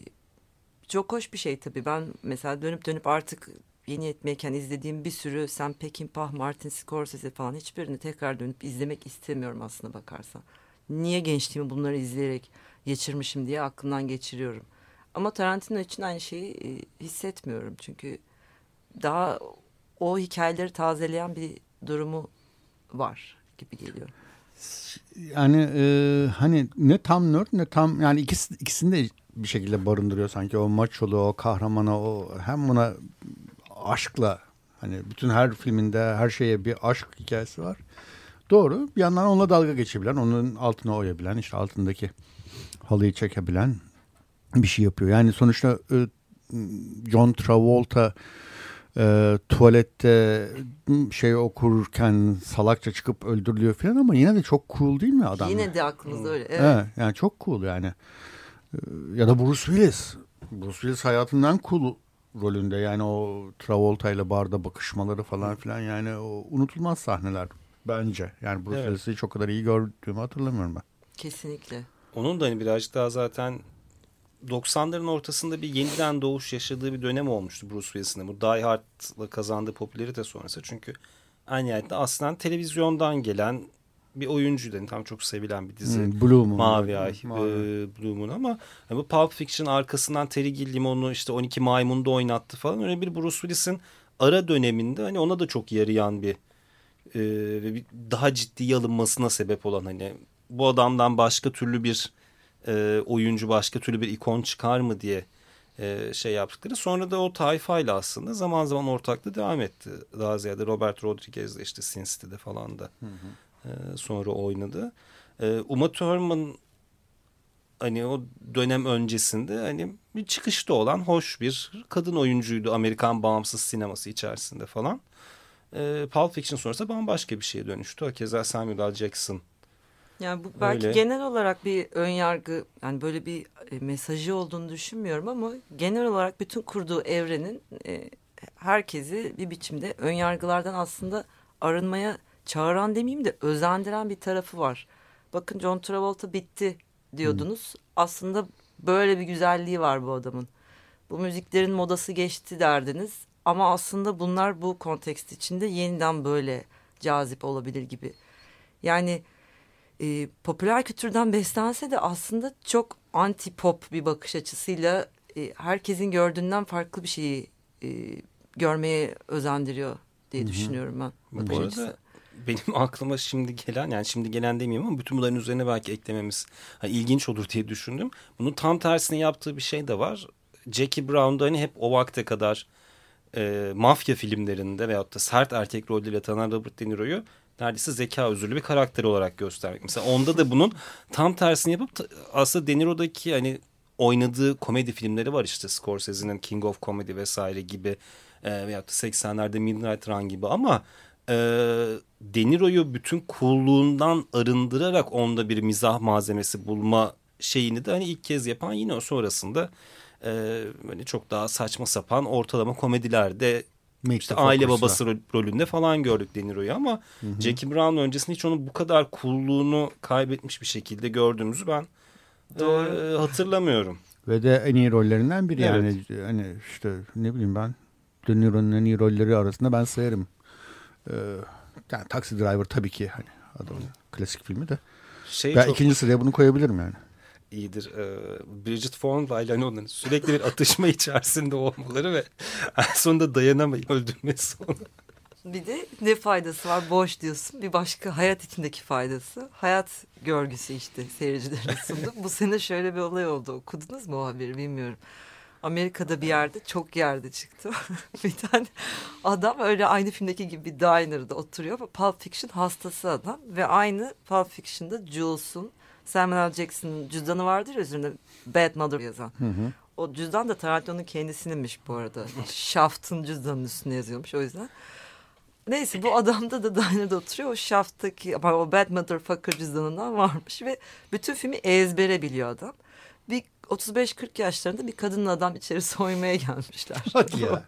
[SPEAKER 5] çok hoş bir şey tabii. Ben mesela dönüp artık yeni yetmeyken izlediğim bir sürü Sam Peckinpah, Martin Scorsese falan hiçbirini tekrar dönüp izlemek istemiyorum aslına bakarsan. Niye gençliğimi bunları izleyerek geçirmişim diye aklımdan geçiriyorum. Ama Tarantino için aynı şeyi hissetmiyorum. Çünkü daha o hikayeleri tazeleyen bir durumu var gibi geliyor.
[SPEAKER 3] Yani hani ne tam nerd ne tam yani ikisini de bir şekilde barındırıyor sanki o maçolu o kahramana o hem buna aşkla hani bütün her filminde her şeye bir aşk hikayesi var. Doğru. Bir yandan onunla dalga geçebilen, onun altına oyabilen, işte altındaki halıyı çekebilen bir şey yapıyor. Yani sonuçta John Travolta tuvalette şey okurken salakça çıkıp öldürülüyor falan ama yine de çok cool değil mi adam?
[SPEAKER 5] Yine de aklımızda öyle. Evet.
[SPEAKER 3] Yani çok cool yani. Ya da Bruce Willis. Bruce Willis hayatından cool rolünde yani o Travolta ile barda bakışmaları falan filan yani o unutulmaz sahneler bence. Yani Bruce Willis'i çok kadar iyi gördüğümü hatırlamıyorum ben.
[SPEAKER 5] Kesinlikle.
[SPEAKER 4] Onun da hani birazcık daha zaten 90'ların ortasında bir yeniden doğuş yaşadığı bir dönem olmuştu Bruce Willis'in. Bu Die Hard'la kazandığı popülarite sonrası. Çünkü en nihayetinde aslında televizyondan gelen bir oyuncuydu. Yani tam çok sevilen bir dizi.
[SPEAKER 3] Blue Moon.
[SPEAKER 4] Mavi Ay. Blue Moon ama yani bu Pulp Fiction arkasından Terry Gilliam onu işte 12 Maymun'da oynattı falan. Öyle bir Bruce Willis'in ara döneminde hani ona da çok yarayan bir ve daha ciddiye alınmasına sebep olan hani bu adamdan başka türlü bir oyuncu başka türlü bir ikon çıkar mı diye şey yaptıkları. Sonra da o tayfayla aslında zaman zaman ortaklığı devam etti. Daha ziyade Robert Rodriguez'le işte Sin City'de falan da sonra oynadı. Uma Thurman hani o dönem öncesinde hani bir çıkışta olan hoş bir kadın oyuncuydu Amerikan bağımsız sineması içerisinde falan. Pulp Fiction sonrası bambaşka bir şeye dönüştü. Keza Samuel L. Jackson
[SPEAKER 5] Yani bu belki
[SPEAKER 4] Öyle.
[SPEAKER 5] genel olarak bir ön yargı, yani böyle bir mesajı olduğunu düşünmüyorum ama genel olarak bütün kurduğu evrenin herkesi bir biçimde ön yargılardan aslında arınmaya çağıran demeyeyim de özendiren bir tarafı var. Bakın John Travolta bitti diyordunuz. Aslında böyle bir güzelliği var bu adamın. Bu müziklerin modası geçti derdiniz ama aslında bunlar bu kontekst içinde yeniden böyle cazip olabilir gibi. Yani popüler kültürden beslense de aslında çok anti pop bir bakış açısıyla herkesin gördüğünden farklı bir şeyi görmeye özendiriyor diye düşünüyorum ben.
[SPEAKER 4] Bu arada benim aklıma şimdi gelen, yani şimdi gelen demeyeyim ama bütün bunların üzerine belki eklememiz ilginç olur diye düşündüm. Bunun tam tersini yaptığı bir şey de var. Jackie Brown'da hani hep o vakte kadar mafya filmlerinde veyahut da sert erkek rolleriyle tanınan Robert De Niro'yu neredeyse zeka özürlü bir karakter olarak göstermek. Mesela onda da bunun tam tersini yapıp aslında De Niro'daki hani oynadığı komedi filmleri var, işte Scorsese'nin King of Comedy vesaire gibi veyahut da 80'lerde Midnight Run gibi, ama De Niro'yu bütün coolluğundan arındırarak onda bir mizah malzemesi bulma şeyini de hani ilk kez yapan yine o sonrasında böyle çok daha saçma sapan ortalama komedilerde işte aile babası rolünde falan gördük De Niro'yu, ama Jackie Brown öncesinde hiç onun bu kadar coolluğunu kaybetmiş bir şekilde gördüğümüzü ben hatırlamıyorum.
[SPEAKER 3] Ve de en iyi rollerinden biri,
[SPEAKER 4] Evet.
[SPEAKER 3] yani hani işte ne bileyim ben, De Niro'nun en iyi rolleri arasında ben sayarım. Yani Taxi Driver tabii ki hani adamın klasik filmi de. Ben
[SPEAKER 4] Çok
[SPEAKER 3] ikinci sıraya bunu koyabilirim yani.
[SPEAKER 4] iyidir. Bridget Fonda ile onun sürekli bir atışma içerisinde olmaları ve en sonunda dayanamayıp öldürmesi onu.
[SPEAKER 5] Bir de ne faydası var, boş diyorsun. Bir başka hayat içindeki faydası. Hayat görgüsü işte seyircilerin sundu. Bu sene şöyle bir olay oldu. Okudunuz mu o haberi bilmiyorum. Amerika'da bir yerde, çok yerde çıktı. Bir tane adam öyle aynı filmdeki gibi bir diner'da oturuyor. Pulp Fiction hastası adam. Ve aynı Pulp Fiction'da Jules'un, Samuel L. Jackson'ın cüzdanı vardır ya üzerinde Bad Mother yazan. O cüzdan da Tarantino'nun kendisininmiş bu arada. Shaft'ın cüzdanının üstüne yazıyormuş o yüzden. Neyse bu adamda da diner'da oturuyor. O Shaft'taki, o Bad Motherfucker cüzdanından varmış ve bütün filmi ezbere biliyor adam. Bir 35-40 yaşlarında bir kadınla adam içeri soymaya gelmişler.
[SPEAKER 3] Hadi ya.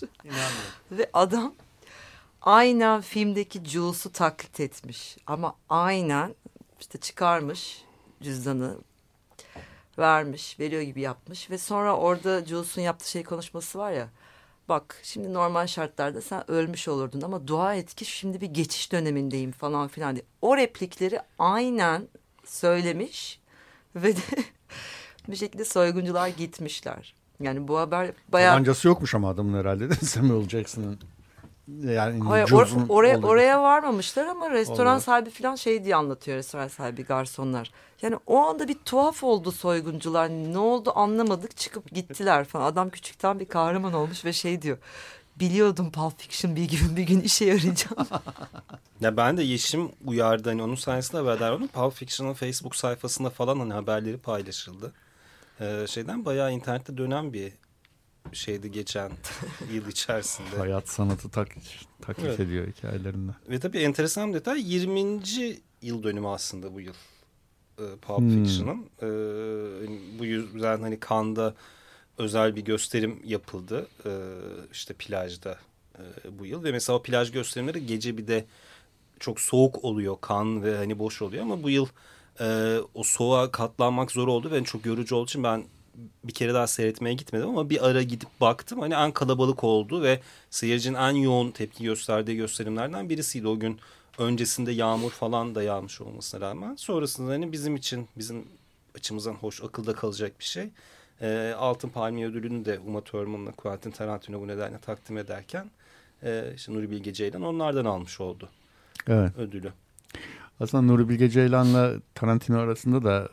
[SPEAKER 5] Ve adam aynen filmdeki Jules'u taklit etmiş. Ama aynen işte çıkarmış cüzdanı, vermiş, veriyor gibi yapmış. Ve sonra orada Jules'un yaptığı şey konuşması var ya. Bak şimdi normal şartlarda sen ölmüş olurdun ama dua et ki şimdi bir geçiş dönemindeyim falan filan diye. O replikleri aynen söylemiş ve de bir şekilde soyguncular gitmişler. Yani bu haber bayağı...
[SPEAKER 3] Tabancası yokmuş ama adamın herhalde de Samuel Jackson'ın. Yani
[SPEAKER 5] Hayır, oraya varmamışlar ama restoran sahibi falan şey diye anlatıyor, restoran sahibi, garsonlar. Yani o anda bir tuhaf oldu soyguncular. Ne oldu anlamadık, çıkıp gittiler falan. Adam küçükten bir kahraman olmuş ve şey diyor. Biliyordum Pulp Fiction bir gün işe yarayacağım.
[SPEAKER 4] Ya ben de Yeşim uyardı, hani onun sayesinde haberdar oldum. Pulp Fiction'ın Facebook sayfasında falan hani haberleri paylaşıldı. Şeyden bayağı internette dönen bir şeydi geçen yıl içerisinde.
[SPEAKER 3] Hayat sanatı taklif
[SPEAKER 4] Evet.
[SPEAKER 3] ediyor hikayelerinde.
[SPEAKER 4] Ve tabii enteresan bir detay, 20. yıl dönümü aslında bu yıl Pulp Fiction'ın. Bu yüzden hani Cannes'da özel bir gösterim yapıldı. İşte plajda bu yıl. Ve mesela o plaj gösterimleri gece bir de çok soğuk oluyor Cannes ve hani boş oluyor, ama bu yıl o soğuğa katlanmak zor oldu ve çok yorucu olduğu için ben bir kere daha seyretmeye gitmedim ama bir ara gidip baktım. Hani en kalabalık oldu ve seyircinin en yoğun tepki gösterdiği gösterimlerden birisiydi. O gün öncesinde yağmur falan da yağmış olmasına rağmen. Sonrasında hani bizim açımızdan hoş, akılda kalacak bir şey. Altın Palmiye ödülünü de Uma Thurman'la Quentin Tarantino bu nedenle takdim ederken işte Nuri Bilge Ceylan onlardan almış oldu ödülü.
[SPEAKER 3] Aslında Nuri Bilge Ceylan'la Tarantino arasında da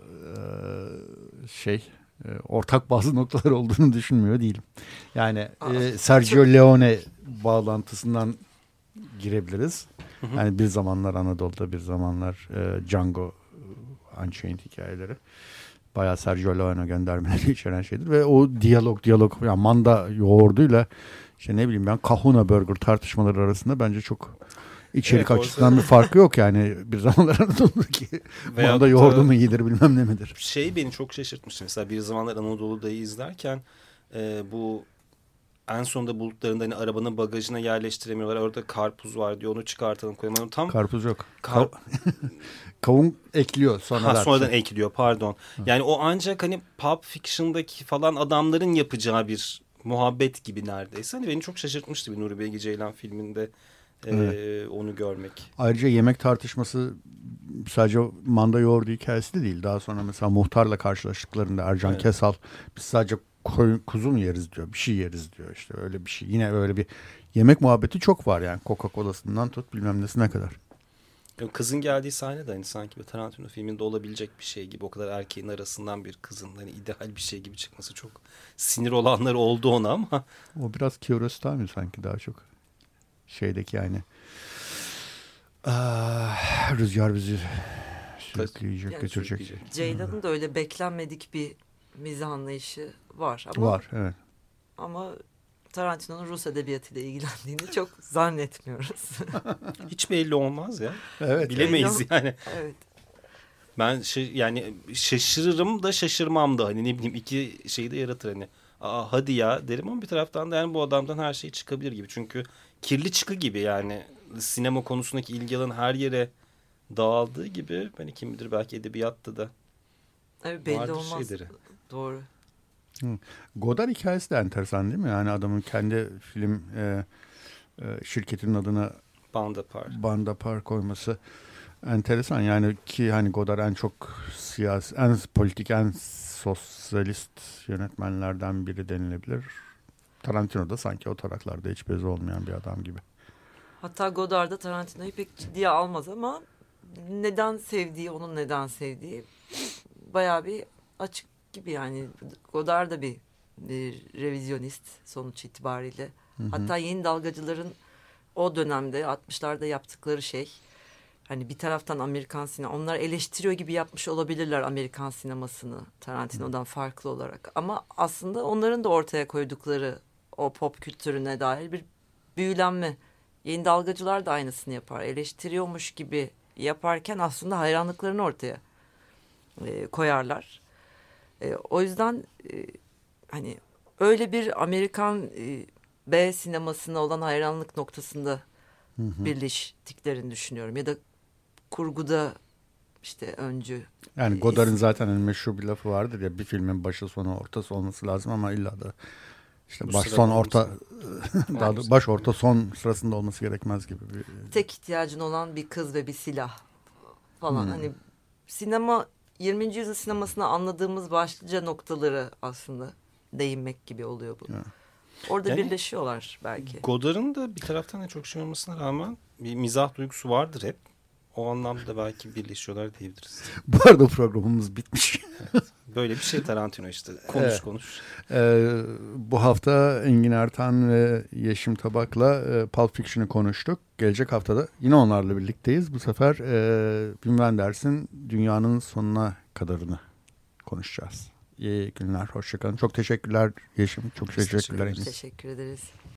[SPEAKER 3] ortak bazı noktalar olduğunu düşünmüyor değilim. Yani Sergio Leone bağlantısından girebiliriz. Yani bir zamanlar Anadolu'da, bir zamanlar Django Unchained hikayeleri. Bayağı Sergio Leone göndermeleri içeren şeydir. Ve o diyalog yani manda yoğurduyla işte ne bileyim ben Kahuna Burger tartışmaları arasında bence çok İçerik
[SPEAKER 4] Evet,
[SPEAKER 3] açısından bir farkı yok yani. Bir zamanlar Anadolu'daki
[SPEAKER 4] Veyahut
[SPEAKER 3] manda
[SPEAKER 4] da-
[SPEAKER 3] yoğurdu mu iyidir bilmem ne midir.
[SPEAKER 4] Şey beni çok şaşırtmıştı. Mesela bir zamanlar Anadolu'dayı izlerken bu en sonunda bulduklarında hani arabanın bagajına yerleştiremiyorlar. Orada karpuz var diyor. Onu çıkartalım koyalım. Tam
[SPEAKER 3] Karpuz yok.
[SPEAKER 4] Kar-
[SPEAKER 3] Kavun ekliyor sonradan.
[SPEAKER 4] sonradan ekliyor pardon. Yani o ancak hani Pulp Fiction'daki falan adamların yapacağı bir muhabbet gibi neredeyse. Hani beni çok şaşırtmıştı bir Nuri Bilge Ceylan filminde onu görmek.
[SPEAKER 3] Ayrıca yemek tartışması sadece manda yoğurdu hikayesi de değil. Daha sonra mesela muhtarla karşılaştıklarında Ercan
[SPEAKER 4] Evet.
[SPEAKER 3] Kesal biz sadece kuzu mu yeriz diyor. Bir şey yeriz diyor işte öyle bir şey. Yine öyle bir yemek muhabbeti çok var yani. Coca-Cola'sından tut bilmem nesine kadar.
[SPEAKER 4] Kızın geldiği sahne de hani sanki bir Tarantino filminde olabilecek bir şey gibi. O kadar erkeğin arasından bir kızın hani ideal bir şey gibi çıkması çok sinir olanları oldu ona ama.
[SPEAKER 3] O biraz Kiarostami sanki daha çok. Şeydeki yani. Rüzgar bizi sürükleyecek,
[SPEAKER 5] Yani
[SPEAKER 3] götürecek.
[SPEAKER 5] Ceylan'ın da öyle beklenmedik bir mizah anlayışı var. Ama,
[SPEAKER 3] Var evet.
[SPEAKER 5] ama Tarantino'nun Rus edebiyatıyla ilgilendiğini çok zannetmiyoruz.
[SPEAKER 4] Hiç belli olmaz ya.
[SPEAKER 3] Evet.
[SPEAKER 4] Bilemeyiz yani.
[SPEAKER 5] Evet.
[SPEAKER 4] Ben yani şaşırırım da şaşırmam da hani ne bileyim iki şeyi de yaratır hani. Aa hadi ya derim ama bir taraftan da yani bu adamdan her şey çıkabilir gibi. Çünkü kirli çıkı gibi yani sinema konusundaki ilgi alanı her yere dağıldığı gibi hani kim bilir belki edebiyatta da
[SPEAKER 5] Evet, belli
[SPEAKER 4] vardır
[SPEAKER 5] olmaz.
[SPEAKER 4] şeyleri.
[SPEAKER 5] Doğru.
[SPEAKER 3] Godard hikayesi de enteresan değil mi? Yani adamın kendi film şirketinin adına
[SPEAKER 4] Banda Par.
[SPEAKER 3] Banda Par koyması enteresan. Yani ki hani Godard en çok siyasi, en politik, en sosyalist yönetmenlerden biri denilebilir. Tarantino da sanki o taraklarda hiç bezi olmayan bir adam gibi.
[SPEAKER 5] Hatta Godard da Tarantino'yu pek ciddiye almaz ama neden sevdiği, onun neden sevdiği bayağı bir açık gibi yani. Godard da bir revizyonist sonuç itibariyle. Hatta yeni dalgacıların o dönemde 60'larda yaptıkları şey hani bir taraftan Amerikan sinema, onlar eleştiriyor gibi yapmış olabilirler Amerikan sinemasını Tarantino'dan farklı olarak. Ama aslında onların da ortaya koydukları o pop kültürüne dair bir büyülenme. Yeni dalgacılar da aynısını yapar. Eleştiriyormuş gibi yaparken aslında hayranlıklarını ortaya koyarlar. O yüzden hani öyle bir Amerikan B sinemasına olan hayranlık noktasında birleştiklerini düşünüyorum. Ya da kurguda işte öncü.
[SPEAKER 3] Yani Godard'ın zaten hani meşhur bir lafı vardır ya bir filmin başı sonu ortası olması lazım ama illa da işte
[SPEAKER 4] Bu
[SPEAKER 3] baş
[SPEAKER 4] sırada
[SPEAKER 3] son orta
[SPEAKER 4] olması.
[SPEAKER 3] daha da baş orta son sırasında olması gerekmez gibi bir
[SPEAKER 5] Tek ihtiyacın olan bir kız ve bir silah falan. Hani sinema 20. yüzyıl sinemasına anladığımız başlıca noktaları aslında değinmek gibi oluyor bu.
[SPEAKER 3] Evet.
[SPEAKER 5] Orada
[SPEAKER 4] Yani
[SPEAKER 5] birleşiyorlar belki.
[SPEAKER 4] Godard'ın da bir taraftan da çok şey olmasına rağmen bir mizah duygusu vardır hep. O anlamda belki birleşiyorlar diyebiliriz.
[SPEAKER 3] Bu arada programımız bitmiş.
[SPEAKER 4] Böyle bir şey Tarantino işte. Konuş
[SPEAKER 3] Evet.
[SPEAKER 4] konuş.
[SPEAKER 3] Bu hafta Engin Ertan ve Yeşim Tabak'la Pulp Fiction'ı konuştuk. Gelecek haftada yine onlarla birlikteyiz. Bu sefer Wim Wenders'in Dünyanın Sonuna Kadarını konuşacağız. İyi günler, hoşçakalın. Çok teşekkürler Yeşim, çok teşekkürler Engin.
[SPEAKER 5] Teşekkür ederiz.